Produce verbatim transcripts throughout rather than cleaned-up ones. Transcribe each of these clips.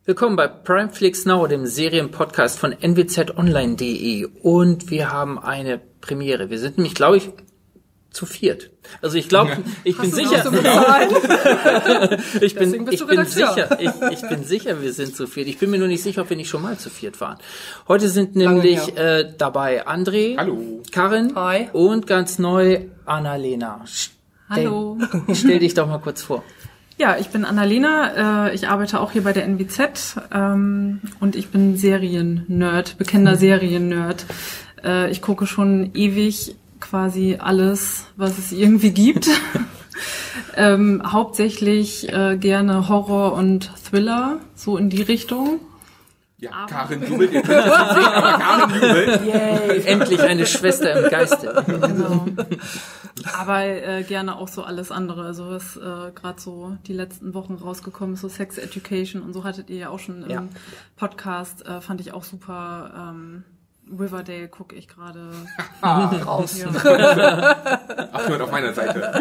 Willkommen bei Primeflix Now, dem Serienpodcast von n w z online punkt d e, und wir haben eine Premiere. Wir sind nämlich, glaube ich, zu viert. Also ich glaube, ich bin sicher. So ich bin, ich bin sicher, ich, ich bin sicher, wir sind zu viert. Ich bin mir nur nicht sicher, ob wir nicht schon mal zu viert waren. Heute sind nämlich äh, dabei André, hallo, Karin, hi, und ganz neu Annalena. Stell, hallo. Stell dich doch mal kurz vor. Ja, ich bin Annalena, äh, ich arbeite auch hier bei der N W Z ähm, und ich bin Serien-Nerd, bekennender Serien-Nerd. Äh, ich gucke schon ewig quasi alles, was es irgendwie gibt. ähm, hauptsächlich äh, gerne Horror und Thriller, so in die Richtung. Ja, aber Karin jubelt, ihr könnt das nicht sehen, aber Karin jubelt. Yay, endlich eine Schwester im Geiste. Genau. Aber äh, gerne auch so alles andere, also was äh, gerade so die letzten Wochen rausgekommen ist, so Sex Education und so hattet ihr ja auch schon im ja. Podcast, äh, fand ich auch super. Ähm, Riverdale gucke ich gerade raus. Ja. Ach, jemand auf meiner Seite.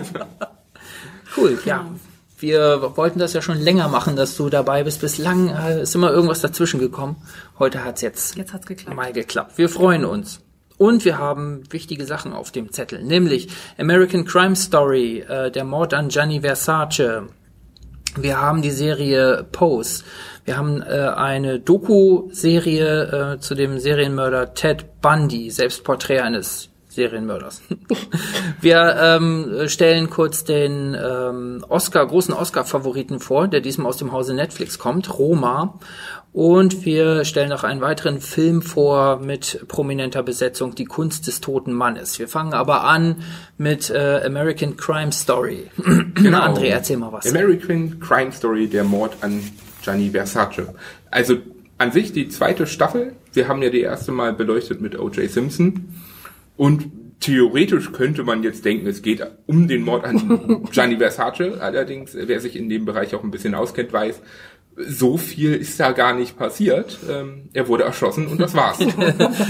Cool, ja. Wir wollten das ja schon länger machen, dass du dabei bist. Bislang ist immer irgendwas dazwischen gekommen. Heute hat's jetzt, jetzt hat's geklappt. mal geklappt. Wir freuen uns. Und wir haben wichtige Sachen auf dem Zettel, nämlich American Crime Story, äh, der Mord an Gianni Versace. Wir haben die Serie Pose. Wir haben äh, eine Doku-Serie äh, zu dem Serienmörder Ted Bundy, Selbstporträt eines Serienmörders. Wir ähm, stellen kurz den ähm, Oscar, großen Oscar-Favoriten vor, der diesmal aus dem Hause Netflix kommt, Roma. Und wir stellen noch einen weiteren Film vor mit prominenter Besetzung, Die Kunst des toten Mannes. Wir fangen aber an mit äh, American Crime Story. Genau. André, erzähl mal was. American Crime Story, der Mord an Gianni Versace. Also an sich die zweite Staffel. Wir haben ja die erste Mal beleuchtet mit O J Simpson. Und theoretisch könnte man jetzt denken, es geht um den Mord an Gianni Versace. Allerdings, wer sich in dem Bereich auch ein bisschen auskennt, weiß, so viel ist da gar nicht passiert. Ähm, er wurde erschossen und das war's. So,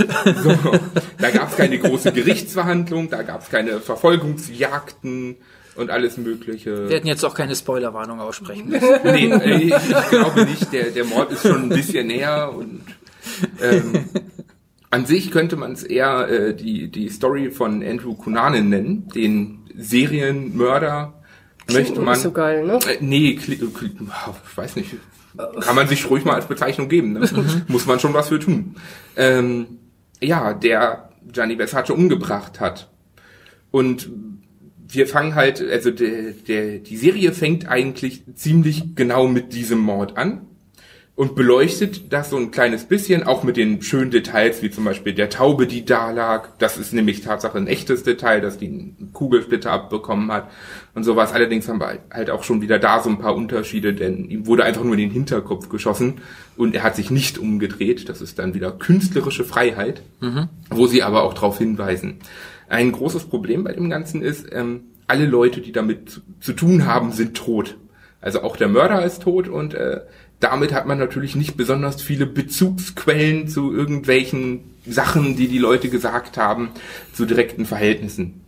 da gab es keine große Gerichtsverhandlung, da gab es keine Verfolgungsjagden und alles Mögliche. Wir hätten jetzt auch keine Spoilerwarnung aussprechen müssen. Nee, ich, ich glaube nicht. Der, der Mord ist schon ein bisschen näher und ähm, an sich könnte man es eher äh, die die Story von Andrew Cunanan nennen, den Serienmörder. Klingt Möchte man nicht so geil, ne? Äh, nee, kli- kli- ich weiß nicht. Kann man sich ruhig mal als Bezeichnung geben, ne? Muss man schon was für tun. Ähm, ja, der Gianni Versace umgebracht hat. Und wir fangen halt, also der, der, die Serie fängt eigentlich ziemlich genau mit diesem Mord an und beleuchtet das so ein kleines bisschen, auch mit den schönen Details, wie zum Beispiel der Taube, die da lag. Das ist nämlich Tatsache ein echtes Detail, dass die einen Kugelsplitter abbekommen hat und sowas. Allerdings haben wir halt auch schon wieder da so ein paar Unterschiede, denn ihm wurde einfach nur in den Hinterkopf geschossen und er hat sich nicht umgedreht. Das ist dann wieder künstlerische Freiheit, mhm. wo sie aber auch darauf hinweisen. Ein großes Problem bei dem Ganzen ist, ähm, alle Leute, die damit zu, zu tun haben, sind tot. Also auch der Mörder ist tot und äh, damit hat man natürlich nicht besonders viele Bezugsquellen zu irgendwelchen Sachen, die die Leute gesagt haben, zu direkten Verhältnissen.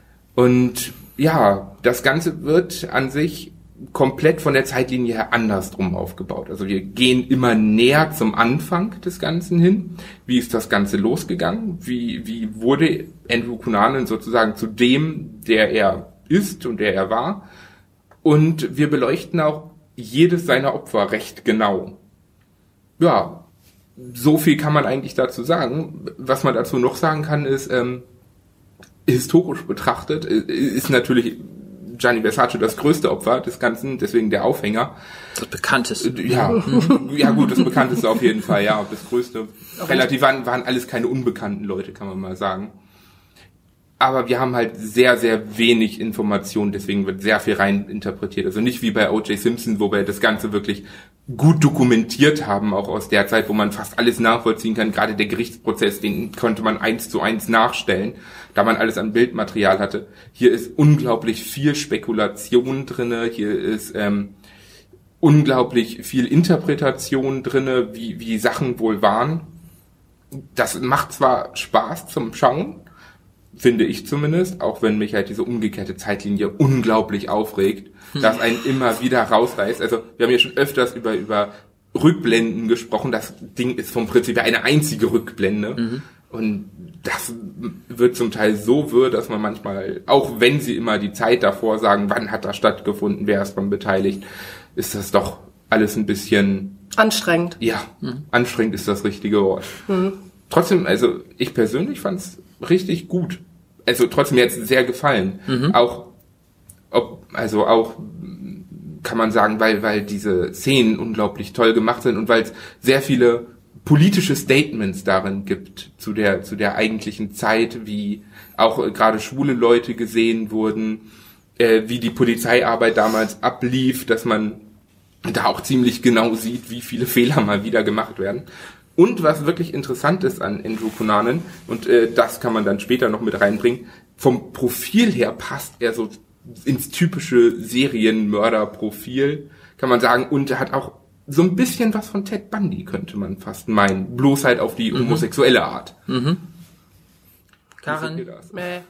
Und ja, das Ganze wird an sich komplett von der Zeitlinie her andersrum aufgebaut. Also wir gehen immer näher zum Anfang des Ganzen hin. Wie ist das Ganze losgegangen? Wie, wie wurde Andrew Cunanan sozusagen zu dem, der er ist und der er war? Und wir beleuchten auch jedes seiner Opfer recht genau. Ja, so viel kann man eigentlich dazu sagen. Was man dazu noch sagen kann, ist, ähm, historisch betrachtet, ist natürlich Gianni Versace das größte Opfer des Ganzen, deswegen der Aufhänger. Das bekannteste. Ja, ja gut, das bekannteste auf jeden Fall, ja, das größte. Relativ waren, waren alles keine unbekannten Leute, kann man mal sagen. Aber wir haben halt sehr, sehr wenig Informationen, deswegen wird sehr viel rein interpretiert. Also nicht wie bei O J Simpson, wo wir das Ganze wirklich gut dokumentiert haben, auch aus der Zeit, wo man fast alles nachvollziehen kann. Gerade der Gerichtsprozess, den konnte man eins zu eins nachstellen, da man alles an Bildmaterial hatte. Hier ist unglaublich viel Spekulation drinne, hier ist ähm, unglaublich viel Interpretation drinne, wie, wie Sachen wohl waren. Das macht zwar Spaß zum Schauen, finde ich zumindest, auch wenn mich halt diese umgekehrte Zeitlinie unglaublich aufregt, dass einen immer wieder rausreißt. Also wir haben ja schon öfters über über Rückblenden gesprochen. Das Ding ist vom Prinzip her eine einzige Rückblende. Mhm. Und das wird zum Teil so wirr, dass man manchmal, auch wenn sie immer die Zeit davor sagen, wann hat das stattgefunden, wer ist daran beteiligt, ist das doch alles ein bisschen... Anstrengend. Ja, Mhm. anstrengend ist das richtige Wort. Mhm. Trotzdem, also ich persönlich fand es richtig gut. Also trotzdem mir jetzt sehr gefallen. Mhm. Auch, ob, also auch kann man sagen, weil, weil diese Szenen unglaublich toll gemacht sind und weil es sehr viele politische Statements darin gibt zu der, zu der eigentlichen Zeit, wie auch äh, gerade schwule Leute gesehen wurden, äh, wie die Polizeiarbeit damals ablief, dass man da auch ziemlich genau sieht, wie viele Fehler mal wieder gemacht werden. Und was wirklich interessant ist an Andrew Cunanan, und äh, das kann man dann später noch mit reinbringen, vom Profil her passt er so ins typische Serienmörder-Profil, kann man sagen, und er hat auch so ein bisschen was von Ted Bundy, könnte man fast meinen, bloß halt auf die homosexuelle Art. Mhm. Wie Karin? seht ihr das? Mäh.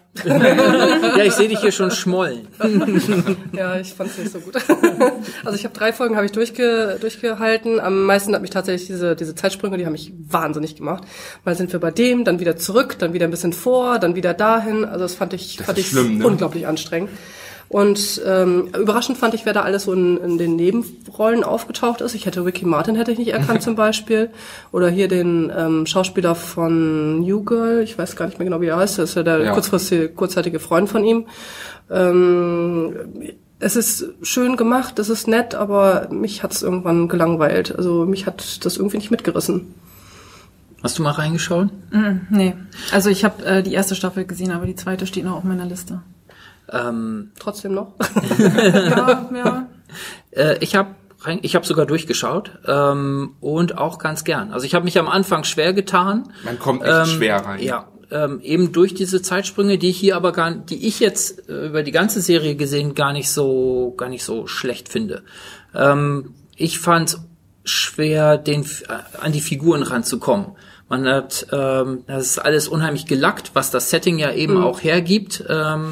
Ja, ich sehe dich hier schon schmollen. Ja, ich fand's nicht so gut. Also ich habe drei Folgen habe ich durchge, durchgehalten. Am meisten hat mich tatsächlich diese diese Zeitsprünge, die haben mich wahnsinnig gemacht. Mal sind wir bei dem, dann wieder zurück, dann wieder ein bisschen vor, dann wieder dahin. Also das fand ich Das fand ist ich schlimm, ne? unglaublich anstrengend. Und ähm, überraschend fand ich, wer da alles so in, in den Nebenrollen aufgetaucht ist. Ich hätte Ricky Martin hätte ich nicht erkannt zum Beispiel. Oder hier den ähm, Schauspieler von New Girl, ich weiß gar nicht mehr genau, wie er heißt. Das ist ja der Ja. kurzfristige, kurzzeitige Freund von ihm. Ähm, es ist schön gemacht, es ist nett, aber mich hat's irgendwann gelangweilt. Also mich hat das irgendwie nicht mitgerissen. Hast du mal reingeschaut? Mm, nee. Also ich habe äh, die erste Staffel gesehen, aber die zweite steht noch auf meiner Liste. Ähm, Trotzdem noch. Ja, ja. äh, ich habe ich habe sogar durchgeschaut ähm, und auch ganz gern. Also ich habe mich am Anfang schwer getan. Man kommt echt Ähm, schwer rein. Ja, ähm, eben durch diese Zeitsprünge, die ich hier aber gar, die ich jetzt äh, über die ganze Serie gesehen gar nicht so, gar nicht so schlecht finde. Ähm, ich fand schwer, den äh, an die Figuren ranzukommen. Man hat, ähm, das ist alles unheimlich gelackt, was das Setting ja eben Mhm. auch hergibt. Ähm,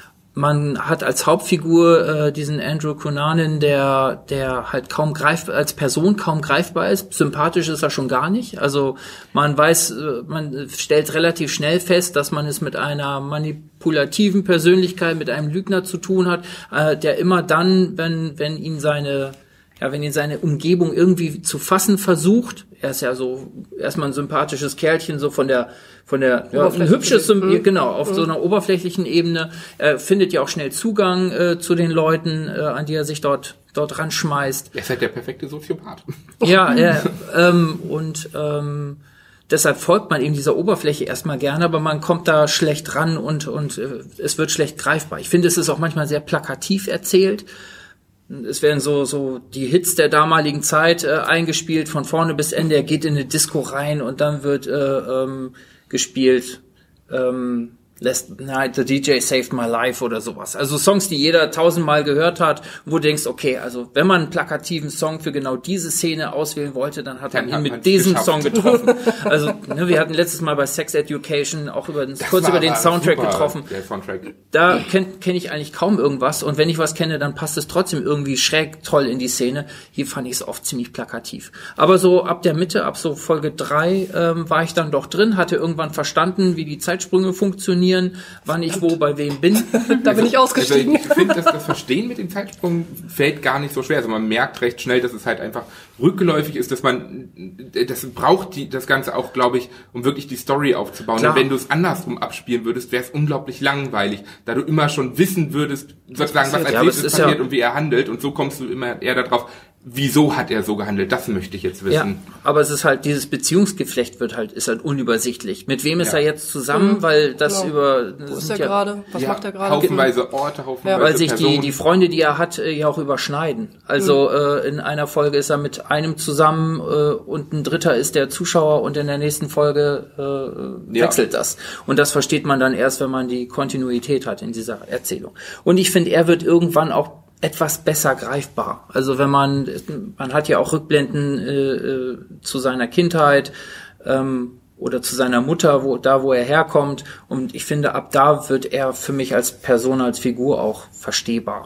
Man hat als Hauptfigur äh, diesen Andrew Cunanan, der der halt kaum greifbar, als Person kaum greifbar ist. Sympathisch ist er schon gar nicht. Also man weiß, äh, man stellt relativ schnell fest, dass man es mit einer manipulativen Persönlichkeit, mit einem Lügner zu tun hat, äh, der immer dann, wenn wenn ihn seine ja, wenn ihn seine Umgebung irgendwie zu fassen versucht, er ist ja so erstmal ein sympathisches Kerlchen, so von der, von der, ja, ein hübsches, Mhm. genau, auf Mhm. so einer oberflächlichen Ebene, er findet ja auch schnell Zugang äh, zu den Leuten, äh, an die er sich dort, dort ranschmeißt. Er ist halt der perfekte Soziopath. Ja, ja, ähm, und, ähm, deshalb folgt man eben dieser Oberfläche erstmal gerne, aber man kommt da schlecht ran und, und äh, es wird schlecht greifbar. Ich finde, es ist auch manchmal sehr plakativ erzählt. Es werden so so die Hits der damaligen Zeit äh, eingespielt, von vorne bis Ende. Er geht in eine Disco rein und dann wird äh, ähm, gespielt ähm, Last Night the D J Saved My Life oder sowas. Also Songs, die jeder tausendmal gehört hat, wo du denkst, okay, also wenn man einen plakativen Song für genau diese Szene auswählen wollte, dann hat Dann man ihn hat mit man's diesem geschafft. Song getroffen. Also ne, wir hatten letztes Mal bei Sex Education auch über Das kurz war über den aber Soundtrack super, getroffen. Der Soundtrack. Da kenne kenn ich eigentlich kaum irgendwas und wenn ich was kenne, dann passt es trotzdem irgendwie schräg toll in die Szene. Hier fand ich es oft ziemlich plakativ. Aber so ab der Mitte, ab so Folge drei ähm, war ich dann doch drin, hatte irgendwann verstanden, wie die Zeitsprünge funktionieren, wann ich wo bei wem bin. Da bin ich ausgestiegen. Also ich finde, dass das Verstehen mit dem Zeitsprung fällt gar nicht so schwer. Also man merkt recht schnell, dass es halt einfach rückgeläufig ist, dass man, das braucht die, das Ganze auch, glaube ich, um wirklich die Story aufzubauen. Klar. Und wenn du es andersrum abspielen würdest, wäre es unglaublich langweilig, da du immer schon wissen würdest, sozusagen, was als Ja, aber es nächstes ist passiert ja- und wie er handelt. Und so kommst du immer eher darauf, wieso hat er so gehandelt? Das möchte ich jetzt wissen. Ja, aber es ist halt, dieses Beziehungsgeflecht wird halt, ist halt unübersichtlich. Mit wem ist Ja. er jetzt zusammen, weil das Genau. über, das Wo ist sind er ja- gerade? Was Ja, macht er gerade? Haufenweise Orte, haufenweise weil sich die, Personen. die Freunde, die er hat, äh, ja auch überschneiden. Also äh, in einer Folge ist er mit einem zusammen äh, und ein dritter ist der Zuschauer und in der nächsten Folge äh, Ja. wechselt das. Und das versteht man dann erst, wenn man die Kontinuität hat in dieser Erzählung. Und ich finde, er wird irgendwann auch etwas besser greifbar. Also wenn man, man hat ja auch Rückblenden äh, äh, zu seiner Kindheit, ähm, oder zu seiner Mutter, wo da wo er herkommt, und ich finde, ab da wird er für mich als Person, als Figur auch verstehbar.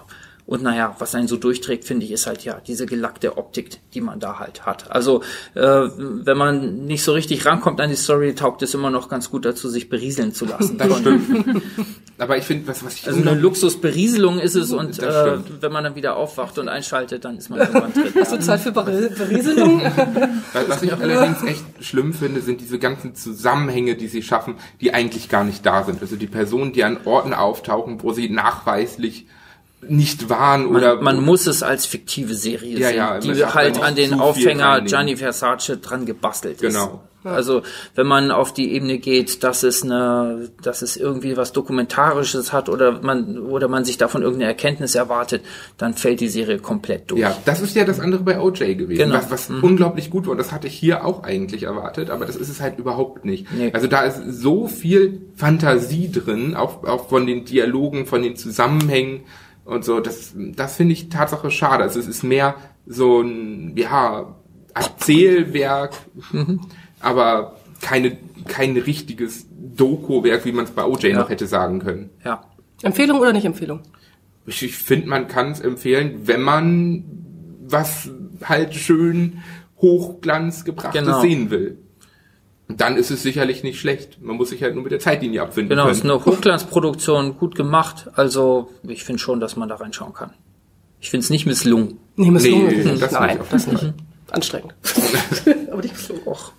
Und naja, was einen so durchträgt, finde ich, ist halt ja diese gelackte Optik, die man da halt hat. Also äh, wenn man nicht so richtig rankommt an die Story, taugt es immer noch ganz gut dazu, sich berieseln zu lassen. Das stimmt. Aber ich finde, was, was ich... Also eine Luxusberieselung ist es und äh, stimmt. wenn man dann wieder aufwacht und einschaltet, dann ist man irgendwann drin. Hast du Zeit für Beri- Berieselung? Was was ich allerdings echt schlimm finde, sind diese ganzen Zusammenhänge, die sie schaffen, die eigentlich gar nicht da sind. Also die Personen, die an Orten auftauchen, wo sie nachweislich nicht waren oder... Man, man muss es als fiktive Serie Ja, sehen, ja, man die darf halt da an nicht den zu viel Aufhänger reinnehmen. Gianni Versace dran gebastelt ist. Genau. Also wenn man auf die Ebene geht, dass es eine, dass es irgendwie was Dokumentarisches hat oder man oder man sich davon irgendeine Erkenntnis erwartet, dann fällt die Serie komplett durch. Ja, das ist ja das andere bei O J gewesen, Genau. was, was mhm. unglaublich gut war. Und das hatte ich hier auch eigentlich erwartet, aber das ist es halt überhaupt nicht. Nee. Also da ist so viel Fantasie drin, auch, auch von den Dialogen, von den Zusammenhängen und so. Das, das finde ich Tatsache schade. Also es ist mehr so ein, ja, Erzählwerk, mhm. aber keine, kein richtiges Doku-Werk, wie man es bei O J Ja. noch hätte sagen können. Ja. Empfehlung oder nicht Empfehlung? Ich, ich finde, man kann es empfehlen, wenn man was halt schön Hochglanzgebrachtes Genau. sehen will. Dann ist es sicherlich nicht schlecht. Man muss sich halt nur mit der Zeitlinie abfinden Genau, es ist können. eine Hochglanzproduktion, gut gemacht. Also ich finde schon, dass man da reinschauen kann. Ich finde es nicht misslungen. Nee, misslungen Nee, nicht. das Nein, nicht, auf das jeden nicht. Anstrengend. Aber nicht misslungen. Och.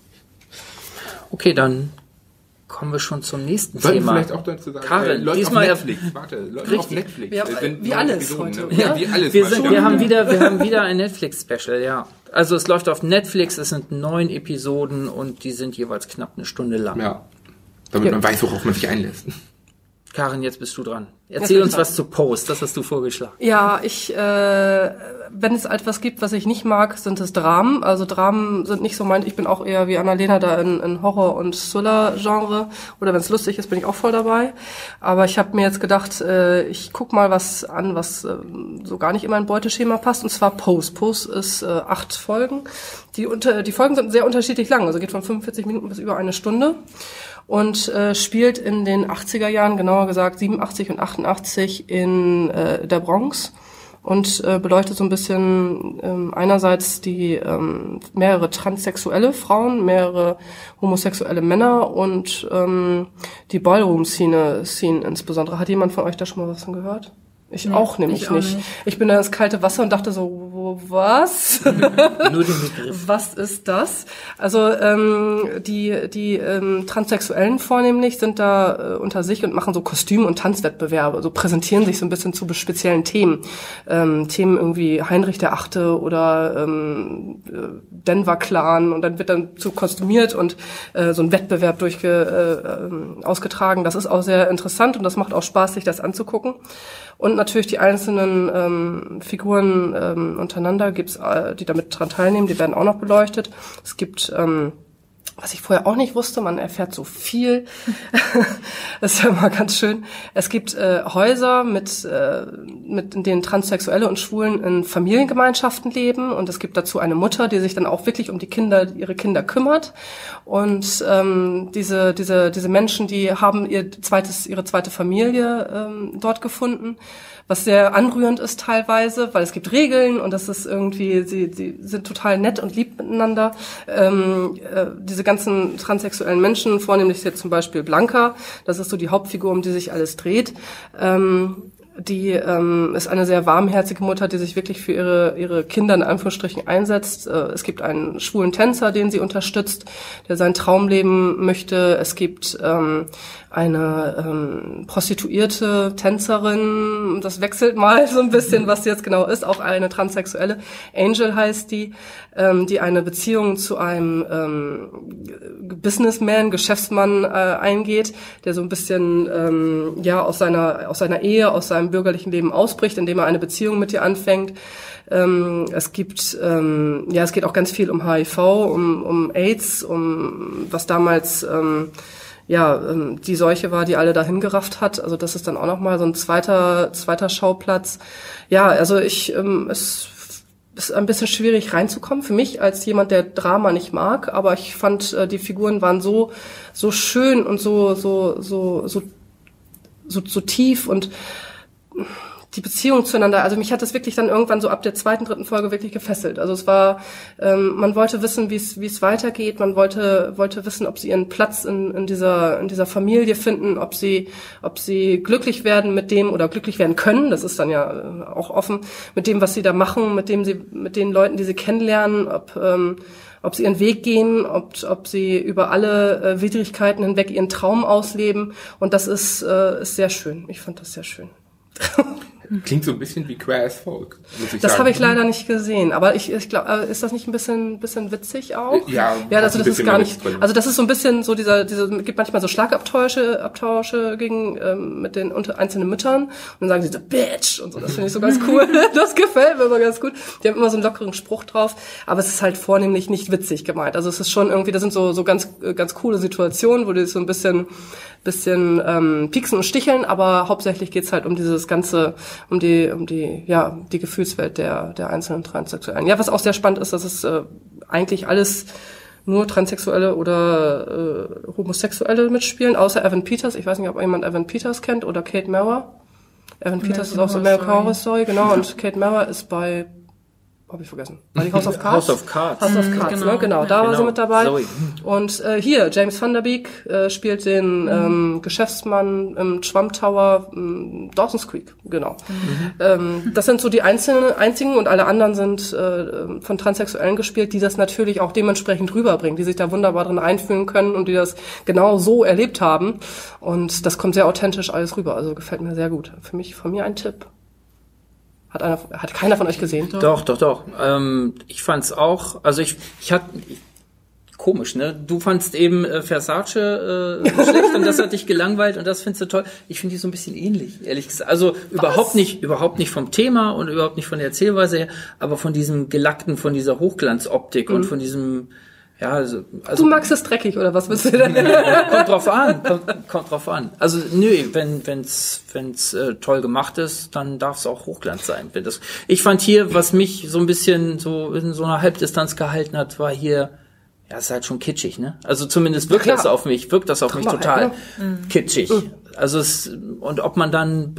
Okay, dann kommen wir schon zum nächsten Sollten wir Thema. vielleicht auch dazu sagen, Karin, äh, läuft diesmal auf Netflix. Warte, läuft auf Netflix. Ja, Es sind wie neun alles Episoden, heute. Ne? Ja, wie alles. Wir, mal sind, wieder. wir haben wieder, wir haben wieder ein Netflix-Special, ja. Also es läuft auf Netflix, es sind neun Episoden und die sind jeweils knapp eine Stunde lang. Ja, damit Ja. man weiß, worauf man sich einlässt. Karin, jetzt bist du dran. Erzähl uns was zu Post, das hast du vorgeschlagen. Ja, ich, äh, wenn es etwas gibt, was ich nicht mag, sind es Dramen. Also Dramen sind nicht so mein, ich bin auch eher wie Annalena da in, in Horror- und Thriller-Genre. Oder wenn es lustig ist, bin ich auch voll dabei. Aber ich habe mir jetzt gedacht, äh, ich guck mal was an, was äh, so gar nicht in mein Beuteschema passt. Und zwar Post. Post ist äh, acht Folgen. Die, unter, die Folgen sind sehr unterschiedlich lang. Also geht von fünfundvierzig Minuten bis über eine Stunde. Und äh, spielt in den achtziger Jahren, genauer gesagt siebenundachtzig und achtundachtzig in äh, der Bronx und äh, beleuchtet so ein bisschen ähm, einerseits die ähm, mehrere transsexuelle Frauen, mehrere homosexuelle Männer und ähm, die Ballroom-Szene Szene insbesondere. Hat jemand von euch da schon mal was von gehört? Ich Nee, auch nämlich ich auch nicht. nicht. Ich bin da ins kalte Wasser und dachte so, wo, was? Nur den Begriff. Was ist das? Also ähm, die die ähm, Transsexuellen vornehmlich sind da äh, unter sich und machen so Kostüm- und Tanzwettbewerbe, so präsentieren sich so ein bisschen zu speziellen Themen. Ähm, Themen irgendwie Heinrich der Achte oder ähm, äh, Denver Clan und dann wird dann so kostümiert und äh, so ein Wettbewerb durchge, äh, ähm, ausgetragen. Das ist auch sehr interessant und das macht auch Spaß, sich das anzugucken. Und natürlich die einzelnen ähm, Figuren ähm, untereinander gibt's, äh, die damit dran teilnehmen, die werden auch noch beleuchtet. Es gibt, ähm, was ich vorher auch nicht wusste, man erfährt so viel. Das ist ja immer ganz schön. Es gibt äh, Häuser, mit, äh, mit in denen Transsexuelle und Schwulen in Familiengemeinschaften leben. Und es gibt dazu eine Mutter, die sich dann auch wirklich um die Kinder, ihre Kinder kümmert. Und ähm, diese, diese, diese Menschen, die haben ihr zweites, ihre zweite Familie ähm, dort gefunden. Was sehr anrührend ist teilweise, weil es gibt Regeln und das ist irgendwie, sie, sie sind total nett und lieb miteinander. Ähm, äh, diese ganzen transsexuellen Menschen, vornehmlich jetzt zum Beispiel Blanca, das ist so die Hauptfigur, um die sich alles dreht. Ähm, die ähm, ist eine sehr warmherzige Mutter, die sich wirklich für ihre ihre Kinder in Anführungsstrichen einsetzt. Äh, es gibt einen schwulen Tänzer, den sie unterstützt, der sein Traum leben möchte. Es gibt ähm, eine ähm, prostituierte Tänzerin, das wechselt mal so ein bisschen, was sie jetzt genau ist, auch eine Transsexuelle, Angel heißt die, ähm, die eine Beziehung zu einem ähm, Businessman, Geschäftsmann äh, eingeht, der so ein bisschen ähm, ja aus seiner aus seiner Ehe, aus seinem bürgerlichen Leben ausbricht, indem er eine Beziehung mit ihr anfängt. Ähm, es gibt, ähm, ja, es geht auch ganz viel um H I V, um, um AIDS, um was damals ähm, ja, ähm, die Seuche war, die alle dahin gerafft hat. Also das ist dann auch nochmal so ein zweiter, zweiter Schauplatz. Ja, also ich, ähm, es ist ein bisschen schwierig reinzukommen für mich als jemand, der Drama nicht mag. Aber ich fand, äh, die Figuren waren so, so schön und so, so, so, so, so, so tief und die Beziehung zueinander, also mich hat das wirklich dann irgendwann so ab der zweiten, dritten Folge wirklich gefesselt. Also es war, ähm, man wollte wissen, wie es wie es weitergeht, man wollte wollte wissen, ob sie ihren Platz in, in dieser in dieser Familie finden, ob sie ob sie glücklich werden mit dem oder glücklich werden können, das ist dann ja äh, auch offen, mit dem, was sie da machen, mit dem sie mit den Leuten, die sie kennenlernen, ob ähm, ob sie ihren Weg gehen, ob ob sie über alle äh, Widrigkeiten hinweg ihren Traum ausleben, und das ist äh, ist sehr schön. Ich fand das sehr schön. Klingt so ein bisschen wie Queer as Folk, muss ich Das sagen. habe ich leider nicht gesehen, aber ich, ich glaube, ist das nicht ein bisschen, bisschen witzig auch? Ja, ja, hat also ein das ist bisschen gar mehr nicht, drin. also das ist so ein bisschen so dieser, diese, gibt manchmal so Schlagabtausche, Abtausche gegen, ähm, mit den unter, einzelnen Müttern, und dann sagen sie so, Bitch, und so, das finde ich so ganz cool, das gefällt mir immer ganz gut. Die haben immer so einen lockeren Spruch drauf, aber es ist halt vornehmlich nicht witzig gemeint, also es ist schon irgendwie, das sind so, so ganz, ganz coole Situationen, wo die so ein bisschen, bisschen, ähm, pieksen und sticheln, aber hauptsächlich geht's halt um dieses ganze, um die, um die die, ja, die Gefühlswelt der, der einzelnen Transsexuellen. Ja, was auch sehr spannend ist, dass es äh, eigentlich alles nur Transsexuelle oder äh, Homosexuelle mitspielen, außer Evan Peters. Ich weiß nicht, ob jemand Evan Peters kennt oder Kate Mara. Evan Peters ist auch so American Horror Story, genau, und Kate Mara ist bei, habe ich vergessen, war die House of Cards? House of Cards. House of Cards, genau. ne? Genau, da Ja, war sie genau. mit dabei. Zoe. Und äh, hier, James Van Der Beek äh, spielt den ähm, Geschäftsmann im Trump Tower, ähm, Dawson's Creek, genau. Ähm, das sind so die einzelnen, einzigen, und alle anderen sind äh, von Transsexuellen gespielt, die das natürlich auch dementsprechend rüberbringen, die sich da wunderbar drin einfühlen können und die das genau so erlebt haben. Und das kommt sehr authentisch alles rüber, also gefällt mir sehr gut. Für mich, von mir ein Tipp. Hat einer, hat keiner von euch gesehen? Doch, doch, doch. Ähm, ich fand's auch, also ich, ich hatte, komisch, ne? Du fandst eben äh, Versace äh, schlecht und das hat dich gelangweilt und das findest du toll. Ich finde die so ein bisschen ähnlich, ehrlich gesagt. Also Was? überhaupt nicht, überhaupt nicht vom Thema und überhaupt nicht von der Erzählweise her, aber von diesem Gelackten, von dieser Hochglanzoptik mhm. und von diesem, ja, also, also du magst es dreckig, oder was willst du denn? kommt drauf an, kommt, kommt drauf an. Also nö, wenn wenn's wenn's äh, toll gemacht ist, dann darf es auch Hochglanz sein. Wenn das, ich fand hier, was mich so ein bisschen so in so einer Halbdistanz gehalten hat, war hier, ja, es ist halt schon kitschig, ne? Also zumindest wirkt Klar. das auf mich, wirkt das auf Kann mich man total halt, kitschig. Mhm. Also es, und ob man dann,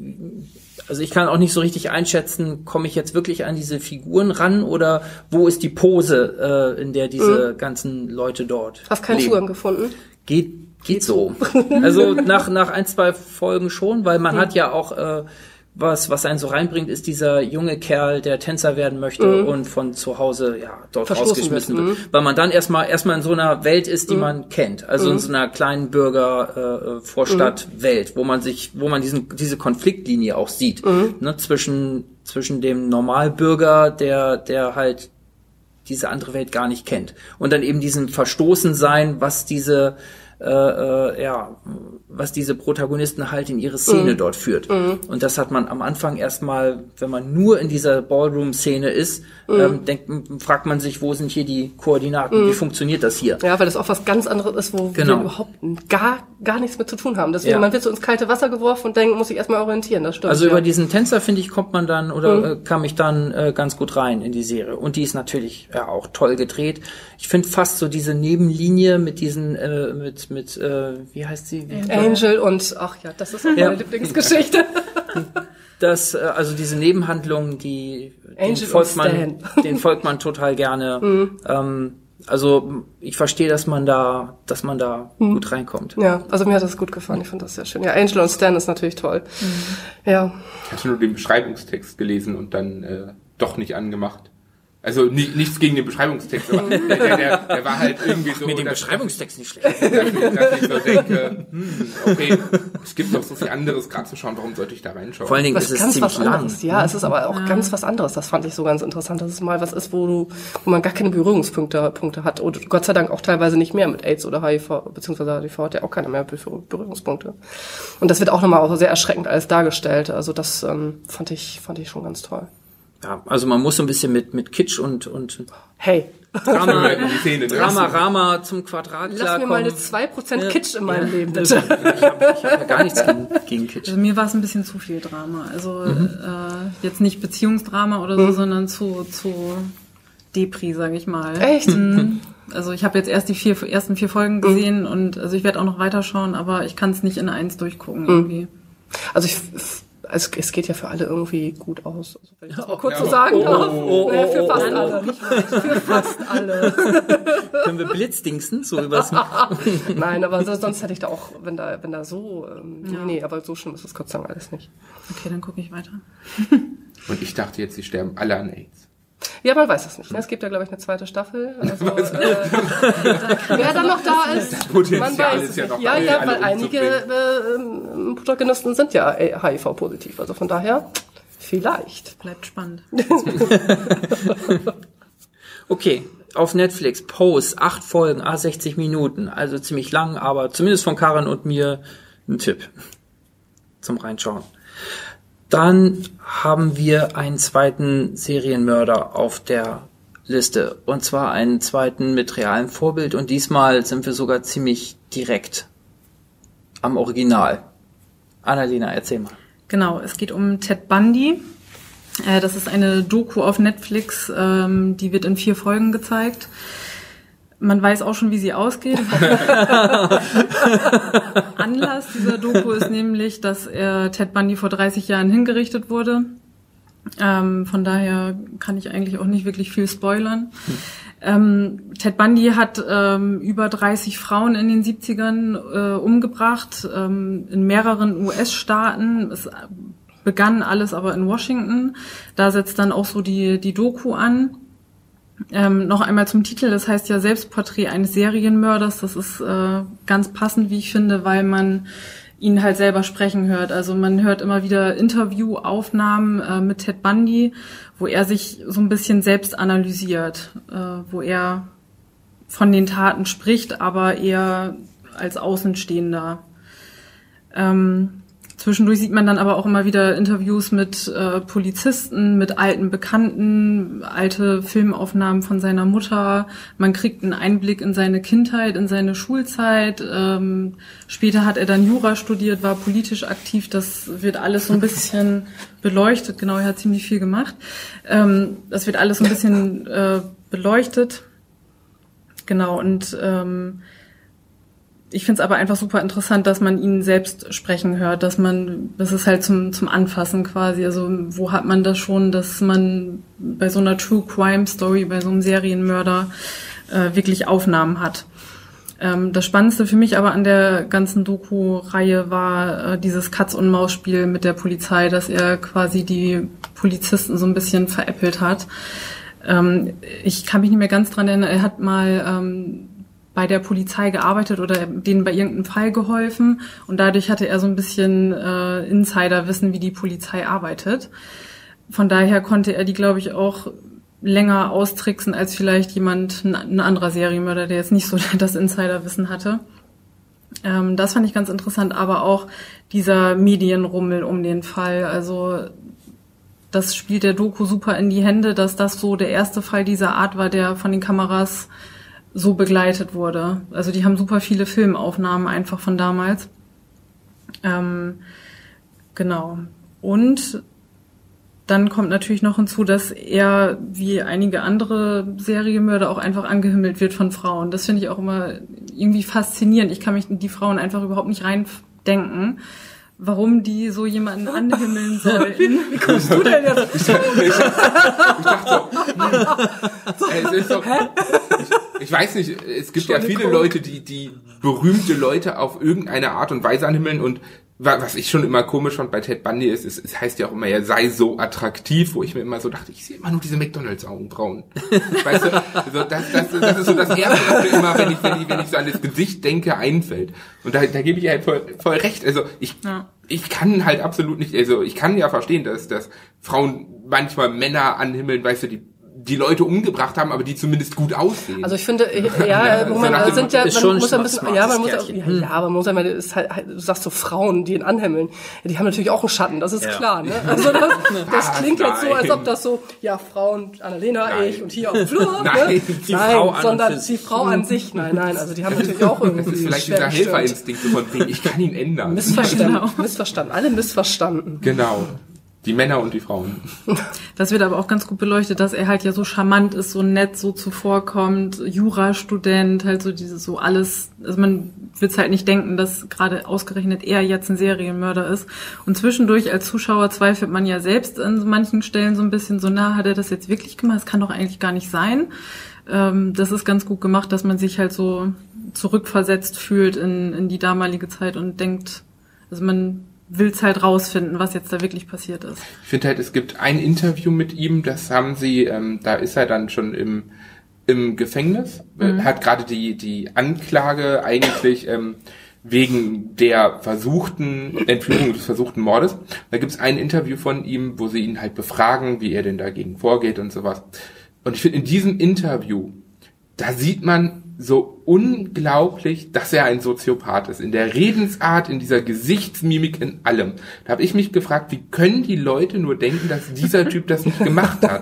also ich kann auch nicht so richtig einschätzen, komme ich jetzt wirklich an diese Figuren ran oder wo ist die Pose, äh, in der diese mhm. ganzen Leute dort Hast keinen leben? Zugang gefunden? Geht, geht so. Also nach, nach ein, zwei Folgen schon, weil man mhm. hat ja auch, äh, was, was einen so reinbringt, ist dieser junge Kerl, der Tänzer werden möchte mhm. und von zu Hause, ja, dort rausgeschmissen wird. wird. Mhm. Weil man dann erstmal, erstmal in so einer Welt ist, die mhm. man kennt. Also mhm. in so einer kleinen Bürger, äh, Vorstadtwelt, mhm. wo man sich, wo man diesen, diese Konfliktlinie auch sieht, mhm. ne, zwischen, zwischen dem Normalbürger, der, der halt diese andere Welt gar nicht kennt. Und dann eben diesen Verstoßensein, was diese, äh, äh, ja, was diese Protagonisten halt in ihre Szene mm. dort führt. Mm. Und das hat man am Anfang erstmal, wenn man nur in dieser Ballroom-Szene ist, mm. ähm, denkt, fragt man sich, wo sind hier die Koordinaten? Mm. Wie funktioniert das hier? Ja, weil das auch was ganz anderes ist, wo genau. wir überhaupt gar, gar nichts mit zu tun haben. Deswegen, ja. man wird so ins kalte Wasser geworfen und denkt, muss sich erstmal orientieren. Das stimmt. Also ja. über diesen Tänzer, finde ich, kommt man dann oder mm. äh, kam ich dann äh, ganz gut rein in die Serie. Und die ist natürlich ja auch toll gedreht. Ich finde fast so diese Nebenlinie mit diesen, äh, mit, mit, äh, wie heißt sie? Wie Angel und, ach ja, das ist auch ja. meine Lieblingsgeschichte. Das, äh, also diese Nebenhandlungen, die, den Angel folgt man, Stan. den folgt man total gerne. Mhm. Ähm, also ich verstehe, dass man da, dass man da mhm. gut reinkommt. Ja, also mir hat das gut gefallen. Ich fand das sehr schön. Ja, Angel und Stan ist natürlich toll. Mhm. Ja. Ich hatte nur den Beschreibungstext gelesen und dann äh, doch nicht angemacht. Also ni- nichts gegen den Beschreibungstext, aber der, der, der, der war halt irgendwie so... Mir den dass, Beschreibungstext nicht schlecht. Dass ich, dass ich so denke, hm, okay, es gibt noch so viel anderes gerade zu schauen, warum sollte ich da reinschauen? Vor allen Dingen Was ist es ganz ziemlich was lang. anderes. Ja, es ist aber auch ja. ganz was anderes. Das fand ich so ganz interessant, dass es mal was ist, wo du, wo man gar keine Berührungspunkte Punkte hat. Und Gott sei Dank auch teilweise nicht mehr mit AIDS oder H I V, beziehungsweise H I V hat ja auch keine mehr Berührungspunkte. Und das wird auch nochmal auch sehr erschreckend alles dargestellt. Also das ähm, fand ich, fand ich schon ganz toll. Ja, also man muss so ein bisschen mit, mit Kitsch und, und Hey. Drama, in die Szene, ne? Drama, Rama zum Quadrat Lass klarkommen. mir mal eine zwei Prozent Ja. Kitsch in meinem Ja. Leben, bitte. Ich habe ich hab ja gar nichts gegen, gegen Kitsch. Also mir war es ein bisschen zu viel Drama. Also Mhm. äh, jetzt nicht Beziehungsdrama oder so, Mhm. sondern zu, zu Depri, sage ich mal. Echt? Mhm. Also ich habe jetzt erst die vier, ersten vier Folgen gesehen mhm. und also ich werde auch noch weiterschauen, aber ich kann es nicht in eins durchgucken irgendwie. Also ich es, es geht ja für alle irgendwie gut aus. Also, wenn ich das mal Oh, kurz ja. so sagen Oh, darf. oh, oh, naja, für oh, fast oh, alle. Für fast alle. Können wir blitzdingsen? So übers Nein, aber so, sonst hätte ich da auch, wenn da, wenn da so, ähm, Ja. nee, aber so schlimm ist es Gott sei Dank alles nicht. Okay, dann gucke ich weiter. Und ich dachte jetzt, sie sterben alle an AIDS. Ja, man weiß es nicht. Ne? Es gibt ja, glaube ich, eine zweite Staffel. Also, äh, wer dann noch da ist, Potenzial man weiß ist es ja nicht. noch Ja, alle- ja, alle weil einige umzubringen. äh, Protagonisten sind ja H I V-positiv. Also von daher, vielleicht. Bleibt spannend. Okay, auf Netflix, Pose, acht Folgen, ah, sechzig Minuten, also ziemlich lang, aber zumindest von Karin und mir ein Tipp zum Reinschauen. Dann haben wir einen zweiten Serienmörder auf der Liste, und zwar einen zweiten mit realem Vorbild, und diesmal sind wir sogar ziemlich direkt am Original. Annalena, erzähl mal. Genau, es geht um Ted Bundy. Äh, das ist eine Doku auf Netflix, ähm, die wird in vier Folgen gezeigt. Man weiß auch schon, wie sie ausgeht. Anlass dieser Doku ist nämlich, dass er Ted Bundy vor dreißig Jahren hingerichtet wurde. Ähm, von daher kann ich eigentlich auch nicht wirklich viel spoilern. Hm. Ähm, Ted Bundy hat ähm, über dreißig Frauen in den siebzigern äh, umgebracht, ähm, in mehreren U S-Staaten. Es begann alles aber in Washington. Da setzt dann auch so die, die Doku an. Ähm, noch einmal zum Titel, das heißt ja Selbstporträt eines Serienmörders. Das ist äh, ganz passend, wie ich finde, weil man ihn halt selber sprechen hört. Also man hört immer wieder Interviewaufnahmen äh, mit Ted Bundy, wo er sich so ein bisschen selbst analysiert, äh, wo er von den Taten spricht, aber eher als Außenstehender. Ähm, Zwischendurch sieht man dann aber auch immer wieder Interviews mit äh, Polizisten, mit alten Bekannten, alte Filmaufnahmen von seiner Mutter. Man kriegt einen Einblick in seine Kindheit, in seine Schulzeit. Ähm, später hat er dann Jura studiert, war politisch aktiv. Das wird alles so ein bisschen beleuchtet. Genau, er hat ziemlich viel gemacht. Ähm, das wird alles so ein bisschen äh, beleuchtet. Genau, und ähm, ich finde es aber einfach super interessant, dass man ihn selbst sprechen hört, dass man, das ist halt zum zum Anfassen quasi, also wo hat man das schon, dass man bei so einer True Crime Story, bei so einem Serienmörder äh, wirklich Aufnahmen hat. Ähm, das Spannendste für mich aber an der ganzen Doku-Reihe war äh, dieses Katz-und-Maus-Spiel mit der Polizei, dass er quasi die Polizisten so ein bisschen veräppelt hat. Ähm, ich kann mich nicht mehr ganz dran erinnern, er hat mal ähm, bei der Polizei gearbeitet oder denen bei irgendeinem Fall geholfen und dadurch hatte er so ein bisschen äh, Insiderwissen, wie die Polizei arbeitet. Von daher konnte er die, glaube ich, auch länger austricksen als vielleicht jemand, ein anderer Serienmörder, der jetzt nicht so das Insiderwissen hatte. Ähm, das fand ich ganz interessant, aber auch dieser Medienrummel um den Fall. Also das spielt der Doku super in die Hände, dass das so der erste Fall dieser Art war, der von den Kameras so begleitet wurde. Also die haben super viele Filmaufnahmen einfach von damals. Ähm, genau. Und dann kommt natürlich noch hinzu, dass er, wie einige andere Serienmörder, auch einfach angehimmelt wird von Frauen. Das finde ich auch immer irgendwie faszinierend. Ich kann mich in die Frauen einfach überhaupt nicht reindenken, warum die so jemanden anhimmeln sollten. Wie kommst du denn jetzt? Ich, ich, ich dachte so, hm, es ist doch, ich, ich weiß nicht, es gibt ja viele Leute, die die berühmte Leute auf irgendeine Art und Weise anhimmeln und was ich schon immer komisch fand bei Ted Bundy ist, es, es heißt ja auch immer, er sei so attraktiv, wo ich mir immer so dachte, ich sehe immer nur diese McDonalds-Augenbrauen. Weißt du, also das, das, das ist so das Erste, was mir immer, wenn ich, wenn ich, wenn ich so an das Gesicht denke, einfällt. Und da, da gebe ich halt voll, voll recht. Also ich, ja. ich kann halt absolut nicht, also ich kann ja verstehen, dass, dass Frauen manchmal Männer anhimmeln, weißt du, die die Leute umgebracht haben, aber die zumindest gut aussehen. Also ich finde, ja, Moment, so sind ja, man schon muss ein bisschen, ja, man muss auch, ja, hm. ja, aber man muss einmal, ist halt, du sagst so Frauen, die ihn anhimmeln, die haben natürlich auch einen Schatten, das ist ja. klar, ne? Also das, das klingt jetzt so, als ob das so, ja, Frauen, Annalena, nein. ich und hier auf dem Flur, nein, ne? die nein, Frau sondern an die Frau an sich, nein, nein, also die haben natürlich auch irgendwie. Das ist vielleicht dieser Helferinstinkt von wegen, ich kann ihn ändern. Missverstanden, genau. missverstanden, alle missverstanden. Genau. Die Männer und die Frauen. Das wird aber auch ganz gut beleuchtet, dass er halt ja so charmant ist, so nett, so zuvorkommt, Jurastudent, halt so dieses so alles, also man wird es halt nicht denken, dass gerade ausgerechnet er jetzt ein Serienmörder ist. Und zwischendurch als Zuschauer zweifelt man ja selbst an manchen Stellen so ein bisschen so, na, hat er das jetzt wirklich gemacht? Das kann doch eigentlich gar nicht sein. Ähm, das ist ganz gut gemacht, dass man sich halt so zurückversetzt fühlt in, in die damalige Zeit und denkt, also man will's halt rausfinden, was jetzt da wirklich passiert ist. Ich finde halt, es gibt ein Interview mit ihm, das haben sie, ähm, da ist er dann schon im im Gefängnis, mhm. hat gerade die die Anklage eigentlich ähm, wegen der versuchten Entführung, des versuchten Mordes. Da gibt's ein Interview von ihm, wo sie ihn halt befragen, wie er denn dagegen vorgeht und sowas. Und ich finde, in diesem Interview, da sieht man so unglaublich, dass er ein Soziopath ist. In der Redensart, in dieser Gesichtsmimik, in allem. Da habe ich mich gefragt, wie können die Leute nur denken, dass dieser Typ das nicht gemacht hat?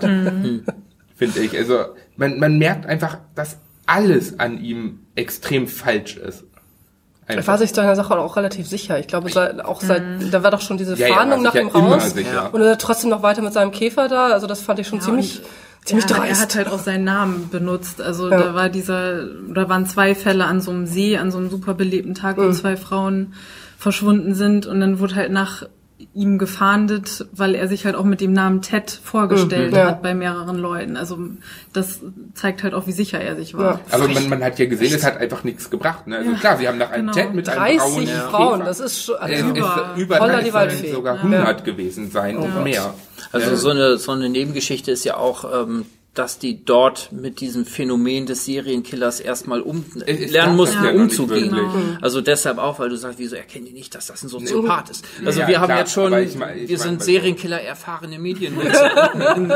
Finde ich. Also man, man merkt einfach, dass alles an ihm extrem falsch ist. Einfach. Er war sich seiner Sache auch relativ sicher. Ich glaube, auch seit, mhm. da war doch schon diese ja, Fahndung nach ihm raus. Sicher. Und er hat trotzdem noch weiter mit seinem Käfer da. Also das fand ich schon ja, ziemlich... Ziemlich ja, dreist. Er hat halt auch seinen Namen benutzt. Also ja. da war dieser, da waren zwei Fälle an so einem See, an so einem super belebten Tag, wo mhm. zwei Frauen verschwunden sind. Und dann wurde halt nach ihm gefahndet, weil er sich halt auch mit dem Namen Ted vorgestellt mhm. ja. hat bei mehreren Leuten. Also das zeigt halt auch, wie sicher er sich war. Ja. Aber man, man hat ja gesehen, es hat einfach nichts gebracht. Ne? Also ja. klar, sie haben nach einem genau. Ted mit einem grauen dreißig Frauen, das ist schon es über, ist über die sollen sogar hundert ja. gewesen sein und ja. mehr. Also ja. so eine so eine Nebengeschichte ist ja auch, ähm, dass die dort mit diesem Phänomen des Serienkillers erstmal um lernen mussten, ja umzugehen. Genau. Also deshalb auch, weil du sagst, wieso erkennen die nicht, dass das ein Soziopath ist? Also ja, wir haben klar, jetzt schon, ich mein, ich wir mein, sind mein, Serienkiller erfahrene Medienmenschen.